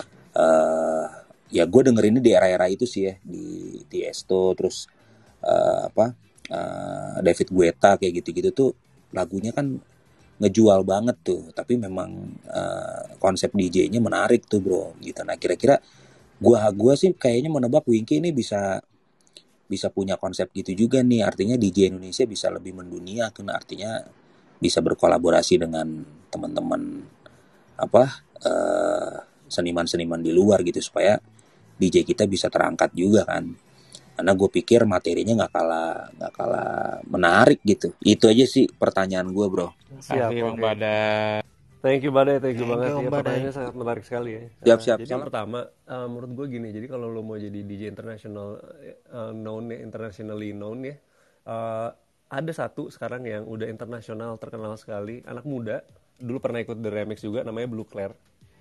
eh ya gue dengerinnya di era-era itu sih ya, di Tiesto terus eh, apa eh, David Guetta kayak gitu-gitu tuh lagunya kan ngejual banget tuh. Tapi memang eh, konsep D J-nya menarik tuh bro gitu. Nah kira-kira gua gua sih kayaknya menebak Winky ini bisa bisa punya konsep gitu juga nih. Artinya D J Indonesia bisa lebih mendunia kan, artinya bisa berkolaborasi dengan teman-teman apa eh, seniman-seniman di luar gitu supaya D J kita bisa terangkat juga kan. Karena gue pikir materinya nggak kalah nggak kalah menarik gitu. Itu aja sih pertanyaan gue bro. Siap, Kasih Bang oke. Badai. Thank you Badai, thank you Thank banget you, Om ya, Badai. pertanyaannya sangat menarik sekali ya. Siap Eh, siap. jadi yang pertama, eh, menurut gue gini, jadi kalau lo mau jadi D J international eh, known ya, internationally known ya, eh, ada satu sekarang yang udah internasional terkenal sekali, anak muda, dulu pernah ikut The Remix juga, namanya Blue Claire.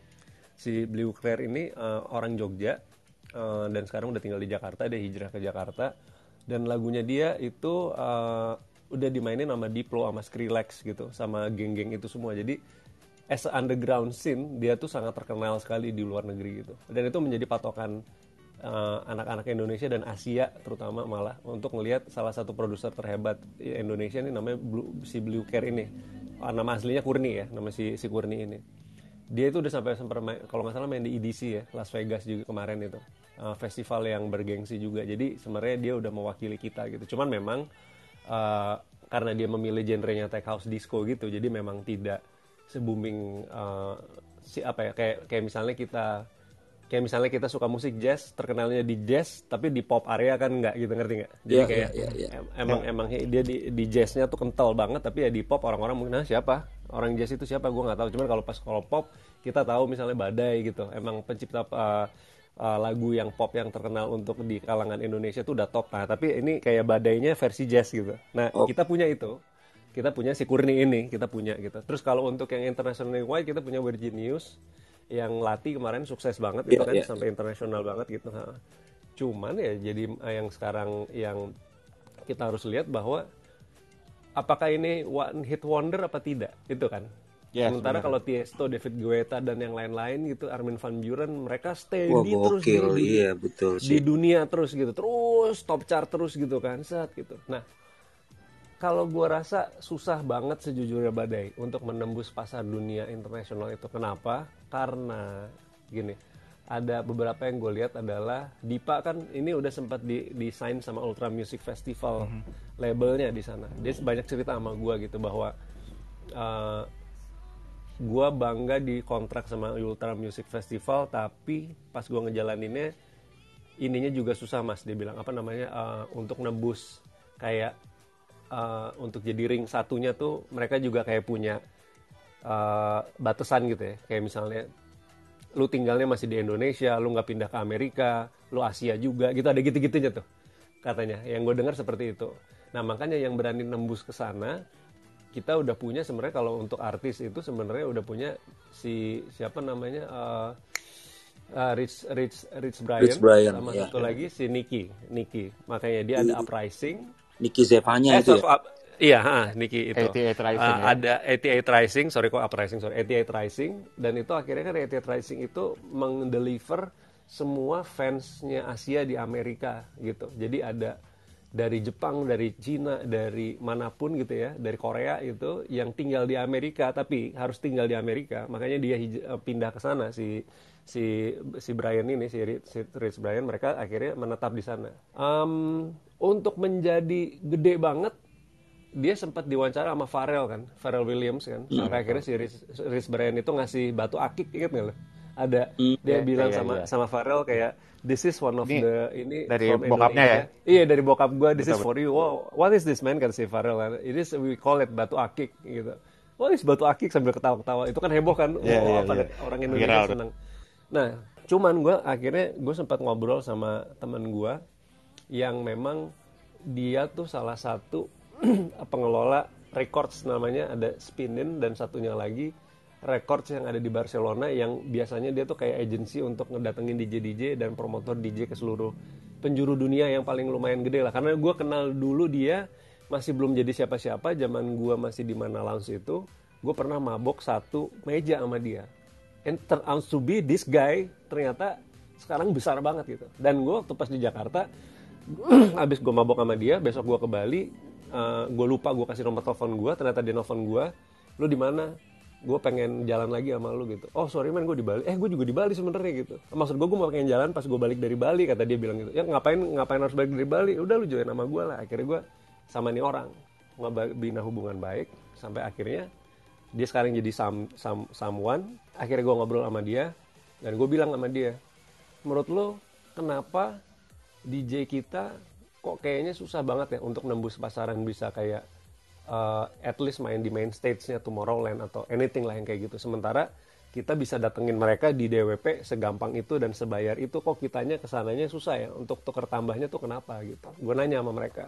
Si Blue Claire ini eh, orang Jogja eh, dan sekarang udah tinggal di Jakarta, dia hijrah ke Jakarta dan lagunya dia itu eh, udah dimainin sama Diplo sama Skrillex gitu, sama geng-geng itu semua. Jadi as a underground scene dia tuh sangat terkenal sekali di luar negeri gitu. Dan itu menjadi patokan eh, anak-anak Indonesia dan Asia terutama malah untuk ngelihat salah satu produser terhebat Indonesia ini namanya Blue, si Blue Care ini. Ah, nama aslinya Kurni ya, nama si si Kurni ini. Dia itu udah sampai sampai main- kalau nggak salah main di E D C ya, Las Vegas juga kemarin itu. Eh, festival yang bergengsi juga. Jadi sebenarnya dia udah mewakili kita gitu. Cuman memang eh, karena dia memilih genrenya tech house disco gitu, jadi memang tidak se-booming eh, si apa ya, kayak kayak misalnya kita kayak misalnya kita suka musik jazz, terkenalnya di jazz tapi di pop area kan nggak gitu, ngerti nggak? Jadi Iya, kayak iya, iya, iya. em- emang emang dia di di jazznya tuh kental banget, tapi ya di pop orang-orang mungkin "Ah, siapa orang jazz itu siapa gue nggak tahu. Cuman kalau pas kalau pop kita tahu misalnya Badai gitu, emang pencipta uh, uh, lagu yang pop yang terkenal untuk di kalangan Indonesia tuh udah top. Nah tapi ini kayak Badainya versi jazz gitu. Nah Oh. kita punya itu, kita punya si Kurni ini, kita punya gitu. Terus kalau untuk yang internationally wide kita punya Virginius yang latih kemarin sukses banget Iya, itu kan iya, sampai internasional banget gitu. Ha. Cuman ya jadi eh, yang sekarang yang kita harus lihat bahwa apakah ini one hit wonder apa tidak itu kan. Yes, Sementara benar. kalau Tiesto, David Guetta dan yang lain-lain gitu, Armin van Buuren mereka Wah steady terus di, gokil, di, iya betul di sih. dunia terus gitu, terus top chart terus gitu kan, set gitu. Nah kalau gue rasa susah banget sejujurnya Badai untuk menembus pasar dunia internasional itu. Kenapa? Karena gini, ada beberapa yang gue lihat adalah Dipa kan ini udah sempat di desain sama Ultra Music Festival labelnya di sana. Dia banyak cerita sama gue gitu bahwa uh, gue bangga di kontrak sama Ultra Music Festival, tapi pas gue ngejalaninnya ininya juga susah mas. Dia bilang apa namanya uh, untuk nebus kayak uh, untuk jadi ring satunya tuh mereka juga kayak punya uh, batasan gitu ya. Kayak misalnya lu tinggalnya masih di Indonesia, lu nggak pindah ke Amerika, lu Asia juga gitu, ada gitu-gitunya tuh katanya. Yang gue dengar seperti itu. Nah makanya yang berani nembus ke sana kita udah punya sebenarnya. Kalau untuk artis itu sebenarnya udah punya si siapa namanya uh, uh, Rich Rich Rich Brian, Rich Brian, sama ya. satu lagi si Nicky Nicky. Makanya dia ada Uprising. Nicky Zevanya Eh, itu sorry, ya. up, iya, ha, Nicky itu. delapan puluh delapan Rising Uh, ya. Ada delapan puluh delapan Rising, sorry kok Uprising, sorry, delapan puluh delapan Rising. Dan itu akhirnya kan delapan puluh delapan Rising itu mendeliver semua fansnya Asia di Amerika gitu. Jadi ada dari Jepang, dari Cina, dari manapun gitu ya, dari Korea itu yang tinggal di Amerika tapi harus tinggal di Amerika. Makanya dia hij- eh, pindah ke sana si si si Brian ini, si Rich, si Rich Brian, mereka akhirnya menetap di sana. Em, untuk menjadi gede banget dia sempat diwawancara sama Pharrell kan, Pharrell Williams kan. Sampai akhirnya si Rich, Rich Brian itu ngasih batu akik, inget nggak lo? ada Hmm. dia Iya, bilang iya, sama iya. sama Pharrell kayak this is one of Ini the ini dari from bokapnya ya? Indonesia. Iya dari bokap gue, this Betul, is for you. Wow, what is this man, kan si Pharrell kan. It is, we call it batu akik gitu. What is batu akik, sambil ketawa-ketawa. Itu kan heboh kan. Iya, Wow, iya, pada iya. orang Viral Indonesia tuh. senang. Nah, cuman gue akhirnya gue sempat ngobrol sama teman gue yang memang dia tuh salah satu pengelola records, namanya ada Spinin, dan satunya lagi records yang ada di Barcelona, yang biasanya dia tuh kayak agensi untuk ngedatengin D J D J dan promotor D J ke seluruh penjuru dunia yang paling lumayan gede lah. Karena gue kenal dulu dia masih belum jadi siapa-siapa, zaman gue masih di Mana Lounge itu, gue pernah mabok satu meja sama dia. And turn out to be this guy ternyata sekarang besar banget gitu. Dan gue waktu pas di Jakarta, abis gue mabok sama dia, besok gue ke Bali, uh, gue lupa gue kasih nomor telepon gue, ternyata dia nelfon gue, lu di mana? Gue pengen jalan lagi sama lu gitu. Oh sorry man, gue di Bali. Eh gue juga di Bali sebenarnya gitu. Maksud gue gue mau pengen jalan pas gue balik dari Bali, kata dia bilang gitu. Ya ngapain ngapain harus balik dari Bali? Udah lu join sama gue lah. Akhirnya gue sama nih orang ngebina hubungan baik sampai akhirnya dia sekarang jadi some, some, someone. Akhirnya gue ngobrol sama dia dan gue bilang sama dia, menurut lo kenapa D J kita kok kayaknya susah banget ya untuk nembus pasaran bisa kayak uh, at least main di main stage-nya Tomorrowland atau anything lah yang kayak gitu. Sementara kita bisa datengin mereka di D W P segampang itu dan sebayar itu, kok kitanya kesananya susah ya untuk tuker tambahnya tuh kenapa gitu. Gue nanya sama mereka.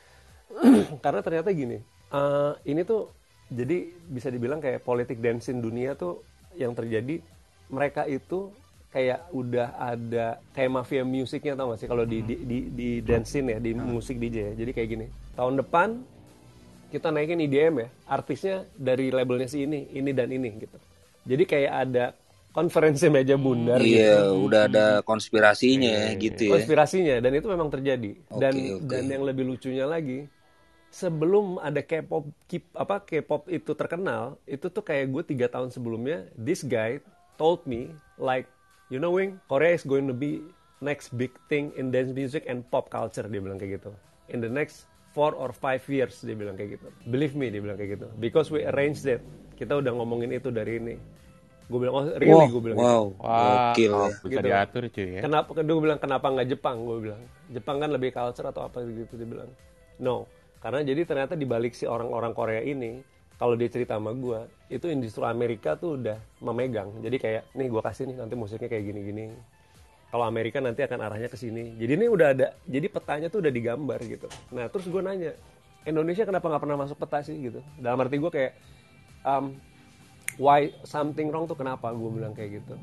Karena ternyata gini, uh, ini tuh jadi bisa dibilang kayak politik dancing dunia tuh yang terjadi, mereka itu kayak udah ada kayak mafia musiknya, tau gak sih kalau di, di di di dancing ya, di musik D J ya. Jadi kayak gini, tahun depan kita naikin E D M ya, artisnya dari labelnya si ini, ini dan ini gitu. Jadi kayak ada konferensi meja bundar Iya, gitu. udah ada konspirasinya ya, gitu ya. Konspirasinya, dan itu memang terjadi. Dan Oke, oke. dan yang lebih lucunya lagi, sebelum ada K-pop K- apa K-pop itu terkenal, itu tuh kayak gue tiga tahun sebelumnya, this guy told me like, you know Wing, Korea is going to be next big thing in dance music and pop culture, dia bilang kayak gitu. In the next four or five years, dia bilang kayak gitu. Believe me, dia bilang kayak gitu. Because we arranged it. Kita udah ngomongin itu dari ini. Gue bilang, oh really? Wow, Gue bilang wow, gitu. Wah, gokil ya. bisa Gitu. diatur cuy ya. Kenapa? Dia bilang kenapa nggak Jepang? Gue bilang Jepang kan lebih culture atau apa gitu. Dia bilang no, karena jadi ternyata dibalik si orang-orang Korea ini, kalau dia cerita sama gue, itu industri Amerika tuh udah memegang. Jadi kayak nih gue kasih nih nanti musiknya kayak gini-gini. Kalau Amerika nanti akan arahnya ke sini. Jadi ini udah ada. Jadi petanya tuh udah digambar gitu. Nah terus gue nanya, Indonesia kenapa nggak pernah masuk peta sih gitu? Dalam arti gue kayak um, why something wrong tuh kenapa? Gue bilang kayak gitu.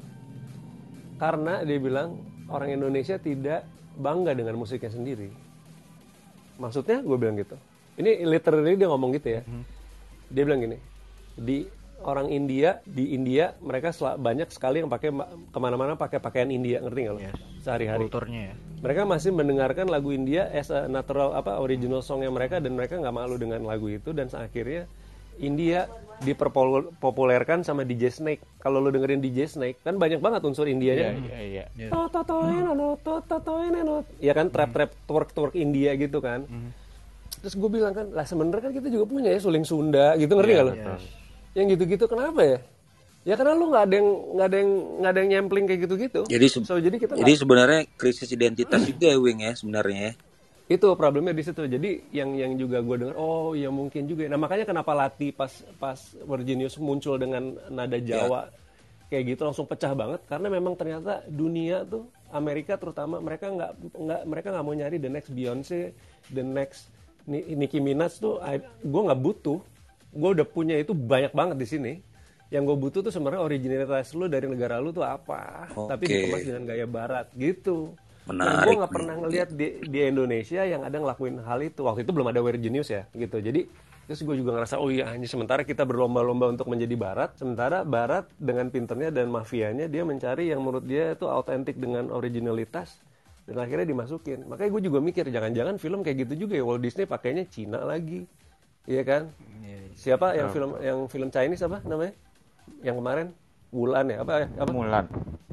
Karena dia bilang orang Indonesia tidak bangga dengan musiknya sendiri. Maksudnya gue bilang gitu. Ini literally dia ngomong gitu ya. Dia bilang gini, di orang India, di India mereka sel- banyak sekali yang pakai ma- kemana-mana pakai pakaian India, ngerti nggak lo? Yes. Sehari-hari. Kulturnya ya. Mereka masih mendengarkan lagu India as a natural apa original songnya mereka, dan mereka nggak malu dengan lagu itu, dan akhirnya India diperpopulerkan sama D J Snake. Kalau lo dengerin D J Snake kan banyak banget unsur Iya, Indianya. iya, iya. To to to eno, to to to eno. Ya kan trap trap twerk twerk India gitu kan. Terus gue bilang kan, lah sebenarnya kan kita juga punya ya suling Sunda gitu, ngerti nggak lo? Yes. Yang gitu-gitu kenapa ya? Ya karena lu nggak ada yang nggak ada yang nggak ada yang nyempling kayak gitu-gitu. Jadi se- So, jadi kita Jadi nggak- sebenarnya krisis identitas juga ya, Wing ya sebenarnya ya. itu problemnya di situ. Jadi yang yang juga gue dengar, oh ya mungkin juga. Nah makanya kenapa Lati pas pas Virginius muncul dengan nada Jawa kayak gitu langsung pecah banget, karena memang ternyata dunia tuh Amerika terutama mereka nggak nggak mereka nggak mau nyari the next Beyonce, the next Ni- Nicki Minaj tuh. Gue nggak butuh, gue udah punya itu banyak banget di sini. Yang gue butuh tuh sebenarnya originalitas lu dari negara lu tuh apa, tapi Oke. dikemas dengan gaya barat gitu. Nah, Menarik gue nggak nih. pernah ngelihat di, di Indonesia yang ada ngelakuin hal itu. Waktu itu belum ada Weird Genius ya, gitu. Jadi terus gue juga ngerasa, oh iya, hanya sementara kita berlomba-lomba untuk menjadi Barat, sementara Barat dengan pinternya dan mafianya dia mencari yang menurut dia itu autentik dengan originalitas, dan akhirnya dimasukin. Makanya gue juga mikir, jangan-jangan film kayak gitu juga ya, Walt Disney pakainya Cina lagi, iya kan? Siapa yang film yang film Chinese apa namanya? Yang kemarin Mulan ya, apa apa? Mulan.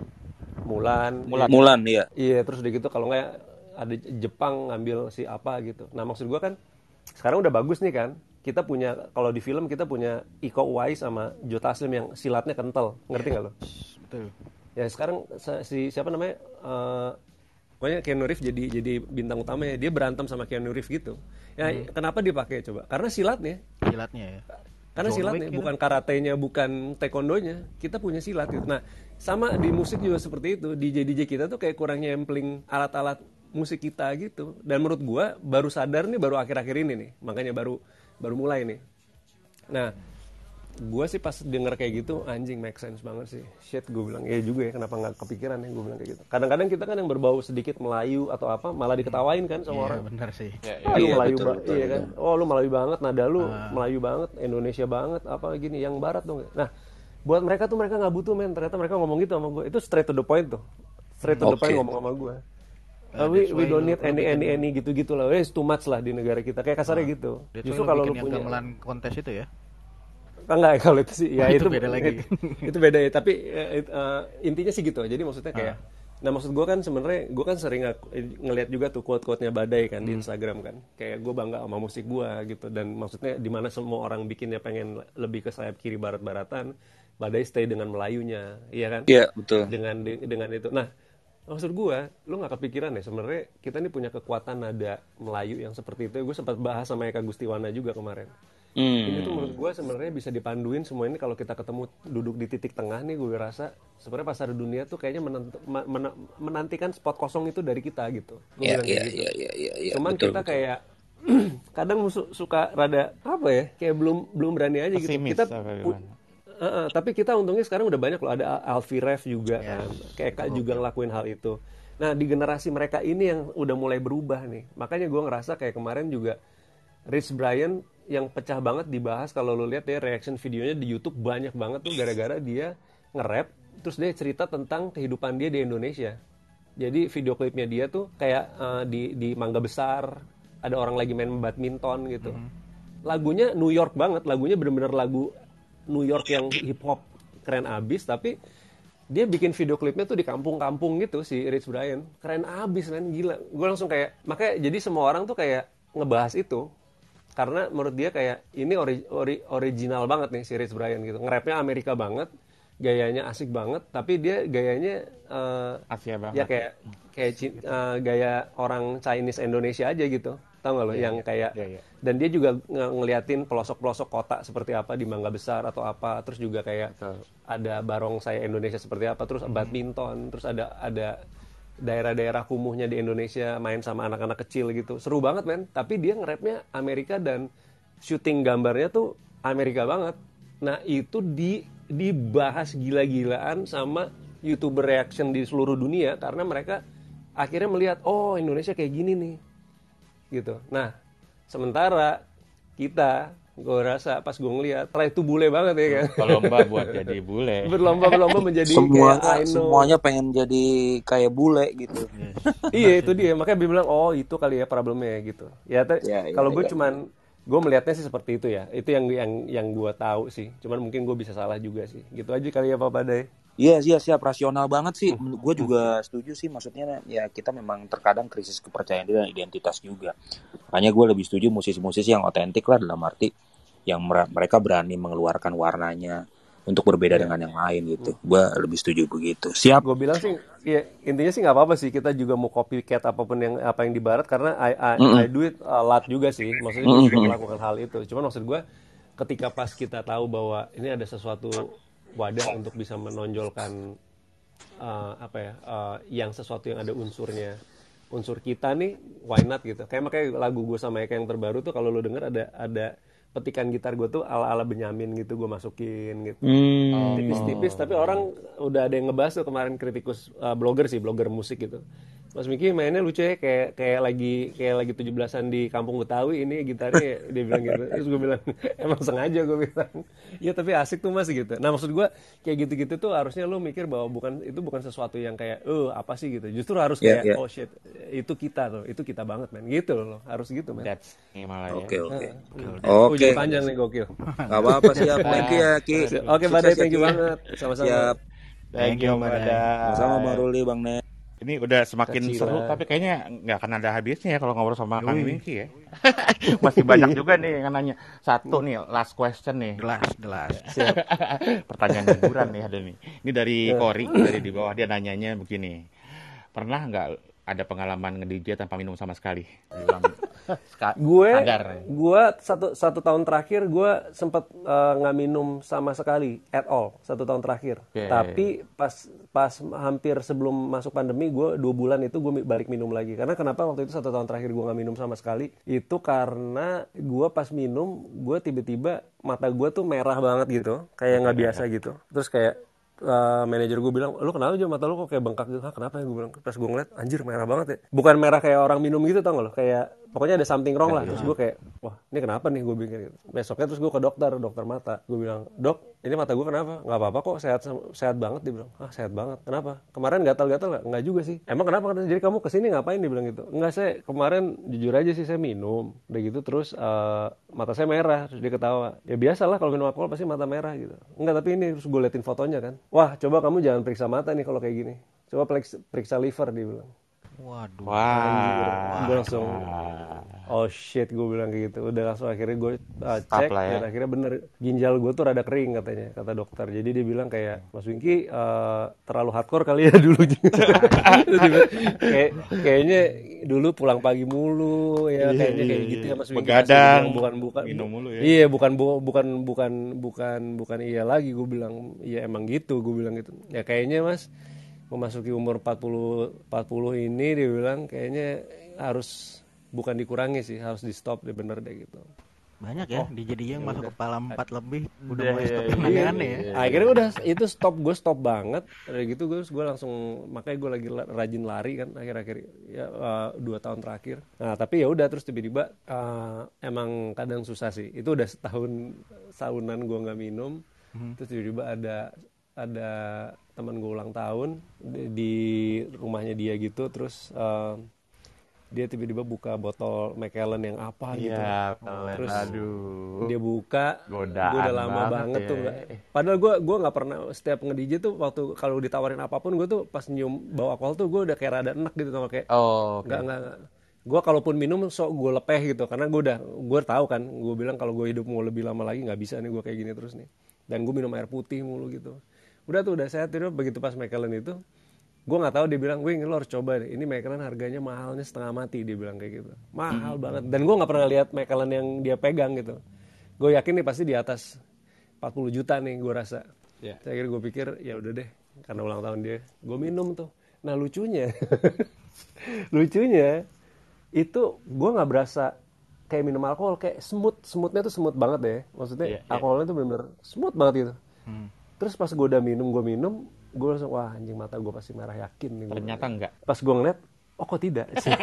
Mulan. Mulan. Mulan ya. Iya, terus udah gitu kalau nggak ada Jepang ngambil si apa gitu. Nah maksud gua kan sekarang udah bagus nih kan. Kita punya, kalau di film kita punya Iko Uwais sama Joe Taslim yang silatnya kental, ngerti nggak lo? Betul. Ya sekarang sa- si siapa namanya? Eh, pokoknya Keanu Reeves jadi jadi bintang utamanya. Dia berantem sama Keanu Reeves gitu. Ya kenapa dipakai coba? Karena silatnya. Silatnya ya. Karena John silatnya Wick gitu. bukan karatenya, bukan taekwondonya. Kita punya silat gitu. Nah, sama di musik juga seperti itu. D J D J kita tuh kayak kurang nyempling alat-alat musik kita gitu. Dan menurut gua baru sadar nih baru akhir-akhir ini nih. Makanya baru baru mulai nih. Nah, gue sih pas denger kayak gitu anjing make sense banget sih. Shit, gue bilang iya juga ya, kenapa nggak kepikiran ya, gue bilang kayak gitu. Kadang-kadang kita kan yang berbau sedikit Melayu atau apa malah diketawain kan sama Iya orang. benar sih. Ya, Ah, ya. lu Iya, Melayu betul, ba- betul, iya betul. kan. Oh, lu Melayu banget, nada lu Melayu banget, Indonesia banget, apa gini, yang barat dong. Nah, buat mereka tuh mereka nggak butuh men. Ternyata mereka ngomong gitu sama gue. Itu straight to the point tuh. Straight to the Oke. point ngomong sama gue. Uh, Uh, we, that's we why don't lu- need lu any bikin- any any gitu-gitu lah. It's too much lah di negara kita. Kayak kasarnya gitu. That's why Justru lu kalau lu bikin yang punya gamelan kontes itu ya. Ah, enggak, kalau itu sih ya Oh, itu itu beda lagi. itu beda ya, tapi eh, it- eh, intinya sih gitu. Jadi maksudnya kayak nah maksud gue kan sebenarnya gue kan sering ngak- ngeliat juga tuh quote-quote-nya Badai kan di Instagram kan. Kayak gue bangga sama musik gue gitu, dan maksudnya di mana semua orang bikinnya pengen lebih ke sayap kiri barat-baratan, Badai stay dengan Melayunya, iya kan? Iya, betul. Dengan di- dengan itu. Nah, maksud gue, lu nggak kepikiran ya sebenarnya kita ini punya kekuatan nada Melayu yang seperti itu. Gue sempat bahas sama Eka Gustiwana juga kemarin. Ini tuh Hmm. menurut gue sebenarnya bisa dipanduin semua ini kalau kita ketemu duduk di titik tengah nih, gue rasa sebenarnya pasar dunia tuh kayaknya menant- ma- mena- menantikan spot kosong itu dari kita gitu. Gue Iya, bilang iya, kayak gitu. iya, iya, iya, iya, Cuman betul, kita betul. kayak kadang su- suka rada apa ya, kayak belum belum berani aja gitu. Pesimis Kita apa pu- gimana? Uh, uh, tapi kita untungnya sekarang udah banyak loh, ada Alfie Rev juga kan, kayak Kak juga ngelakuin hal itu. Nah di generasi mereka ini yang udah mulai berubah nih, makanya gue ngerasa kayak kemarin juga Rich Brian yang pecah banget dibahas. Kalau lu lihat ya reaction videonya di YouTube banyak banget tuh gara-gara dia nge-rap terus dia cerita tentang kehidupan dia di Indonesia. Jadi video klipnya dia tuh kayak uh, di di Mangga Besar ada orang lagi main badminton gitu. Lagunya New York banget, lagunya bener-bener lagu New York yang hip hop keren abis, tapi dia bikin video klipnya tuh di kampung-kampung gitu si Rich Brian. Keren abis kan, gila. Gue langsung kayak, makanya jadi semua orang tuh kayak ngebahas itu. Karena menurut dia kayak ini ori- ori- original banget nih si Rich Brian gitu. Nge-rapnya Amerika banget, gayanya asik banget, tapi dia gayanya eh, Asia banget. ya kayak kayak Ci- eh, gaya orang Chinese Indonesia aja gitu. Tahu nggak lo yang kayak Iya, iya. dan dia juga nge- ngeliatin pelosok-pelosok kota seperti apa di Mangga Besar atau apa, terus juga kayak Betul. ada barongsai Indonesia seperti apa, terus badminton, terus ada ada daerah-daerah kumuhnya di Indonesia main sama anak-anak kecil gitu. Seru banget men, tapi dia nge-rapnya Amerika dan syuting gambarnya tuh Amerika banget. Nah, itu di dibahas gila-gilaan sama YouTuber reaction di seluruh dunia karena mereka akhirnya melihat oh Indonesia kayak gini nih. Gitu. Nah, sementara kita gue rasa pas gue ngeliat try itu bule banget ya kan. Berlomba buat jadi bule. Berlomba-lomba menjadi Semuanya, kayak I know. semuanya pengen jadi kayak bule gitu. Iya itu dia, makanya dia bilang oh itu kali ya problemnya gitu. Ya, te- Ya, ya, kalau gue ya. cuman gue melihatnya sih seperti itu ya. Itu yang yang yang gue tahu sih. Cuman mungkin gue bisa salah juga sih. Gitu aja kali ya Pak Badai. Iya, iya, siap, rasional banget sih. Gue juga setuju sih, maksudnya ya kita memang terkadang krisis kepercayaan diri dan identitas juga. Makanya gue lebih setuju musisi-musisi yang otentik lah, dalam arti yang mer- mereka berani mengeluarkan warnanya untuk berbeda dengan yang lain gitu. Gue lebih setuju begitu. Siap. Gue bilang sih, ya intinya sih nggak apa-apa sih kita juga mau copycat apapun yang apa yang di barat karena I, I, I do it a lot juga sih. Maksudnya gue juga melakukan hal itu. Cuman maksud gue ketika pas kita tahu bahwa ini ada sesuatu wadah untuk bisa menonjolkan uh, apa ya uh, yang sesuatu yang ada unsurnya unsur kita nih, why not gitu. Kayak makanya lagu gue sama Eka yang terbaru tuh kalau lo denger ada ada petikan gitar gue tuh ala-ala Benyamin gitu gue masukin gitu. Hmm. Tipis-tipis tapi orang udah ada yang ngebahas tuh kemarin kritikus uh, blogger sih, blogger musik gitu. Mas Miki mainnya lucu ya kayak kayak lagi kayak lagi tujuh belasan di Kampung Betawi ini gitarnya dia bilang gitu. Terus gue bilang emang sengaja gue bilang. Ya tapi asik tuh Mas gitu. Nah maksud gue kayak gitu-gitu tuh harusnya lo mikir bahwa bukan itu bukan sesuatu yang kayak eh apa sih gitu. Justru harus Yeah, kayak yeah. oh shit itu kita tuh, itu kita banget men. Gitu loh, harus gitu men. That's ini malah ya. Oke, oke. Oh, Oke. jadi panjang nih gokil. Gak apa-apa, siap. Thank you ya, Ki. Oke, Sukses Badai, ya, thank you Ki. banget. Sama-sama. Siap. Thank you, Mbak. Sama Bang Ruli, Bang Ne. Ini udah semakin Kecilan. seru, tapi kayaknya nggak akan ada habisnya ya kalau ngobrol sama Kang Wingky ya. Masih banyak juga nih yang nanya. Satu nih, last question nih. Jelas, jelas. Pertanyaan hiburan nih ada nih. Ini dari Kori, dari di bawah dia nanyanya begini. Pernah nggak ada pengalaman nge-D J tanpa minum sama sekali? Dia bilang, ska- gue sadar. gue satu satu tahun terakhir gue sempat eh, nggak minum sama sekali at all satu tahun terakhir. Oke. Tapi pas pas hampir sebelum masuk pandemi gue dua bulan itu gue balik minum lagi. Karena kenapa waktu itu satu tahun terakhir gue nggak minum sama sekali? Itu karena gue pas minum gue tiba-tiba mata gue tuh merah banget gitu, kayak nggak biasa gitu. Terus kayak Uh, manajer gue bilang, lu kenapa aja mata lu kok kayak bengkak gitu? Hah, kenapa ya? Gue bilang, pas gue ngeliat, anjir merah banget ya. Bukan merah kayak orang minum gitu, tau gak lo? Kayak, pokoknya ada something wrong lah. Terus gue kayak, wah ini kenapa nih gue pikir gitu. Besoknya terus gue ke dokter, dokter mata. Gue bilang, dok, ini mata gue kenapa? Gak apa-apa kok, sehat sehat banget. Dia bilang, ah sehat banget. Kenapa? Kemarin gatal-gatal gak? Enggak juga sih. Emang kenapa? Jadi kamu kesini ngapain? Dia bilang gitu. Enggak, saya kemarin jujur aja sih saya minum. Udah gitu terus uh, mata saya merah. Terus dia ketawa. Ya biasalah kalau minum alkohol pasti mata merah gitu. Enggak, tapi ini terus gue liatin fotonya kan. Wah, coba kamu jangan periksa mata nih kalau kayak gini. Coba periksa, periksa liver, dia bilang. Waduh. Wah. Gue langsung, oh shit, gue bilang kayak gitu. Udah langsung akhirnya gue uh, cek, lah ya. dan akhirnya bener, ginjal gue tuh rada kering katanya, kata dokter. Jadi dia bilang kayak, Mas Wingky uh, terlalu hardcore kali ya dulu. kayak, kayaknya dulu pulang pagi mulu, ya kayaknya kayak gitu ya Mas Wingky. Begadang, bukan bukan minum mulu ya. Iya, bukan bu- bukan bukan bukan bukan iya lagi. Gue bilang, iya emang gitu. Gue bilang gitu. Ya kayaknya Mas memasuki umur empat puluh empat puluh ini dia bilang kayaknya harus bukan dikurangi sih, harus di stop deh, bener deh gitu. Banyak ya, di jadi yang masuk kepala empat lebih udah Iya, mulai iya, stop iya. aneh-aneh ya. Akhirnya udah itu stop, gue stop banget. Dari gitu gue gue langsung, makanya gue lagi la- rajin lari kan akhir-akhir ya uh, dua tahun terakhir. Nah tapi ya udah terus tiba-tiba uh, emang kadang susah sih. Itu udah setahun tahunan gue nggak minum. Terus tiba-tiba ada ada teman gue ulang tahun di, di rumahnya dia gitu, terus uh, dia tiba-tiba buka botol Macallan yang apa gitu. Iya, Terus aduh. dia buka, Godaan gue udah lama banget banget, ya. tuh nggak. Padahal gue gue nggak pernah setiap nge-D J tuh waktu kalau ditawarin apapun gue tuh pas nyium bau alkohol tuh gue udah kayak rada enak gitu, kayak Oh, oke. nggak nggak nggak. Gue kalaupun minum sok gue lepeh gitu, karena gue udah gue tahu kan, gue bilang kalau gue hidup mau lebih lama lagi nggak bisa nih gue kayak gini terus nih. Dan gue minum air putih mulu gitu. Udah tuh udah sehat, terus begitu pas Macallan itu gue nggak tahu, dia bilang, Wing lo harus coba deh, ini Macallan harganya mahalnya setengah mati, dia bilang kayak gitu, mahal banget. Dan gue nggak pernah lihat Macallan yang dia pegang gitu. Gue yakin nih pasti di atas empat puluh juta nih gue rasa. Yeah. Saya kira gue pikir ya udah deh, karena ulang tahun dia, gue minum tuh. Nah lucunya, lucunya itu gue nggak berasa kayak minum alkohol, kayak smooth, smoothnya tuh smooth banget deh. Maksudnya Yeah, yeah. alkoholnya tuh bener-bener smooth banget gitu. Hmm. Terus pas gue udah minum, gue minum, gue langsung, wah anjing mata gue pasti merah, yakin nih. Gua. Ternyata enggak. Pas gue ngeliat, oh kok tidak?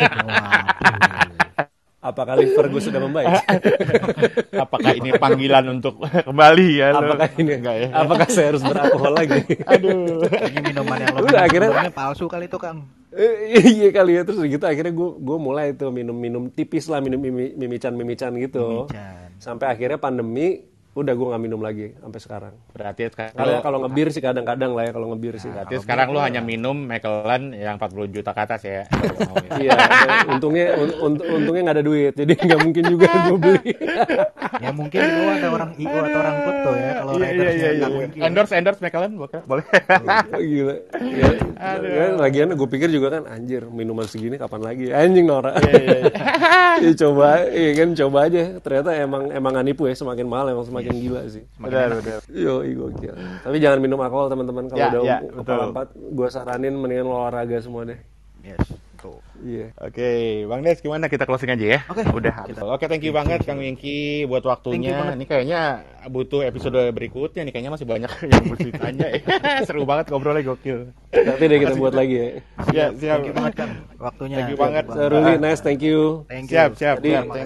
Wah. Apakah liver gue sudah membaik? Apakah ini panggilan untuk kembali ya? lo? Apakah ini enggak ya? Apakah saya harus beralkohol lagi? Aduh. Ini minuman yang lo Udah, minum akhirnya- sebelumnya palsu kali itu Kang. Eh, iya kali ya. Terus gitu akhirnya gue gue mulai tuh minum-minum tipis lah, minum mimi- mimican-mimican gitu. Mimican. Sampai akhirnya pandemi, udah gue nggak minum lagi sampai sekarang. Berarti sekarang Kalau kalau ngebir sih kadang-kadang lah ya, kalau ngebir sih. berarti sekarang lu hanya minum Macallan yang empat puluh juta ke atas ya. Iya, untungnya un- un- untungnya nggak ada duit, jadi nggak mungkin juga gue beli. Ya mungkin itu ada orang I O atau orang klub tuh ya kalau Iya iya ridersnya iya. Kang iya. Wingky. Endorse endorse Macallan boleh. Boleh. Gila. Ya, ya, lagian gue pikir juga kan, anjir minuman segini kapan lagi? Anjing Nora. Iya iya. Ya, coba, iya kan coba aja. Ternyata emang emang nggak nipu ya, semakin mahal emang semakin gila sih. Benar benar. Yo, gokil. Tapi jangan minum alkohol teman-teman, kalau Ya, udah ya, kepala betul. empat, gue saranin mendingan lo olahraga semua deh. Yes. Tuh. Iya. Oke, Bang Des gimana kita closing aja ya? Oke. Udah. Oke, thank you banget Kang Wingky buat waktunya. banget. Ini kayaknya butuh episode berikutnya nih, kayaknya masih banyak yang mesti ditanya. Seru banget ngobrolnya, gokil. Nanti deh kita buat lagi ya. Ya, siap. Thank you banget Kang waktunya. Thank you banget. Ruli, nice, thank you. Thank you. Siap, siap. Jadi- siap.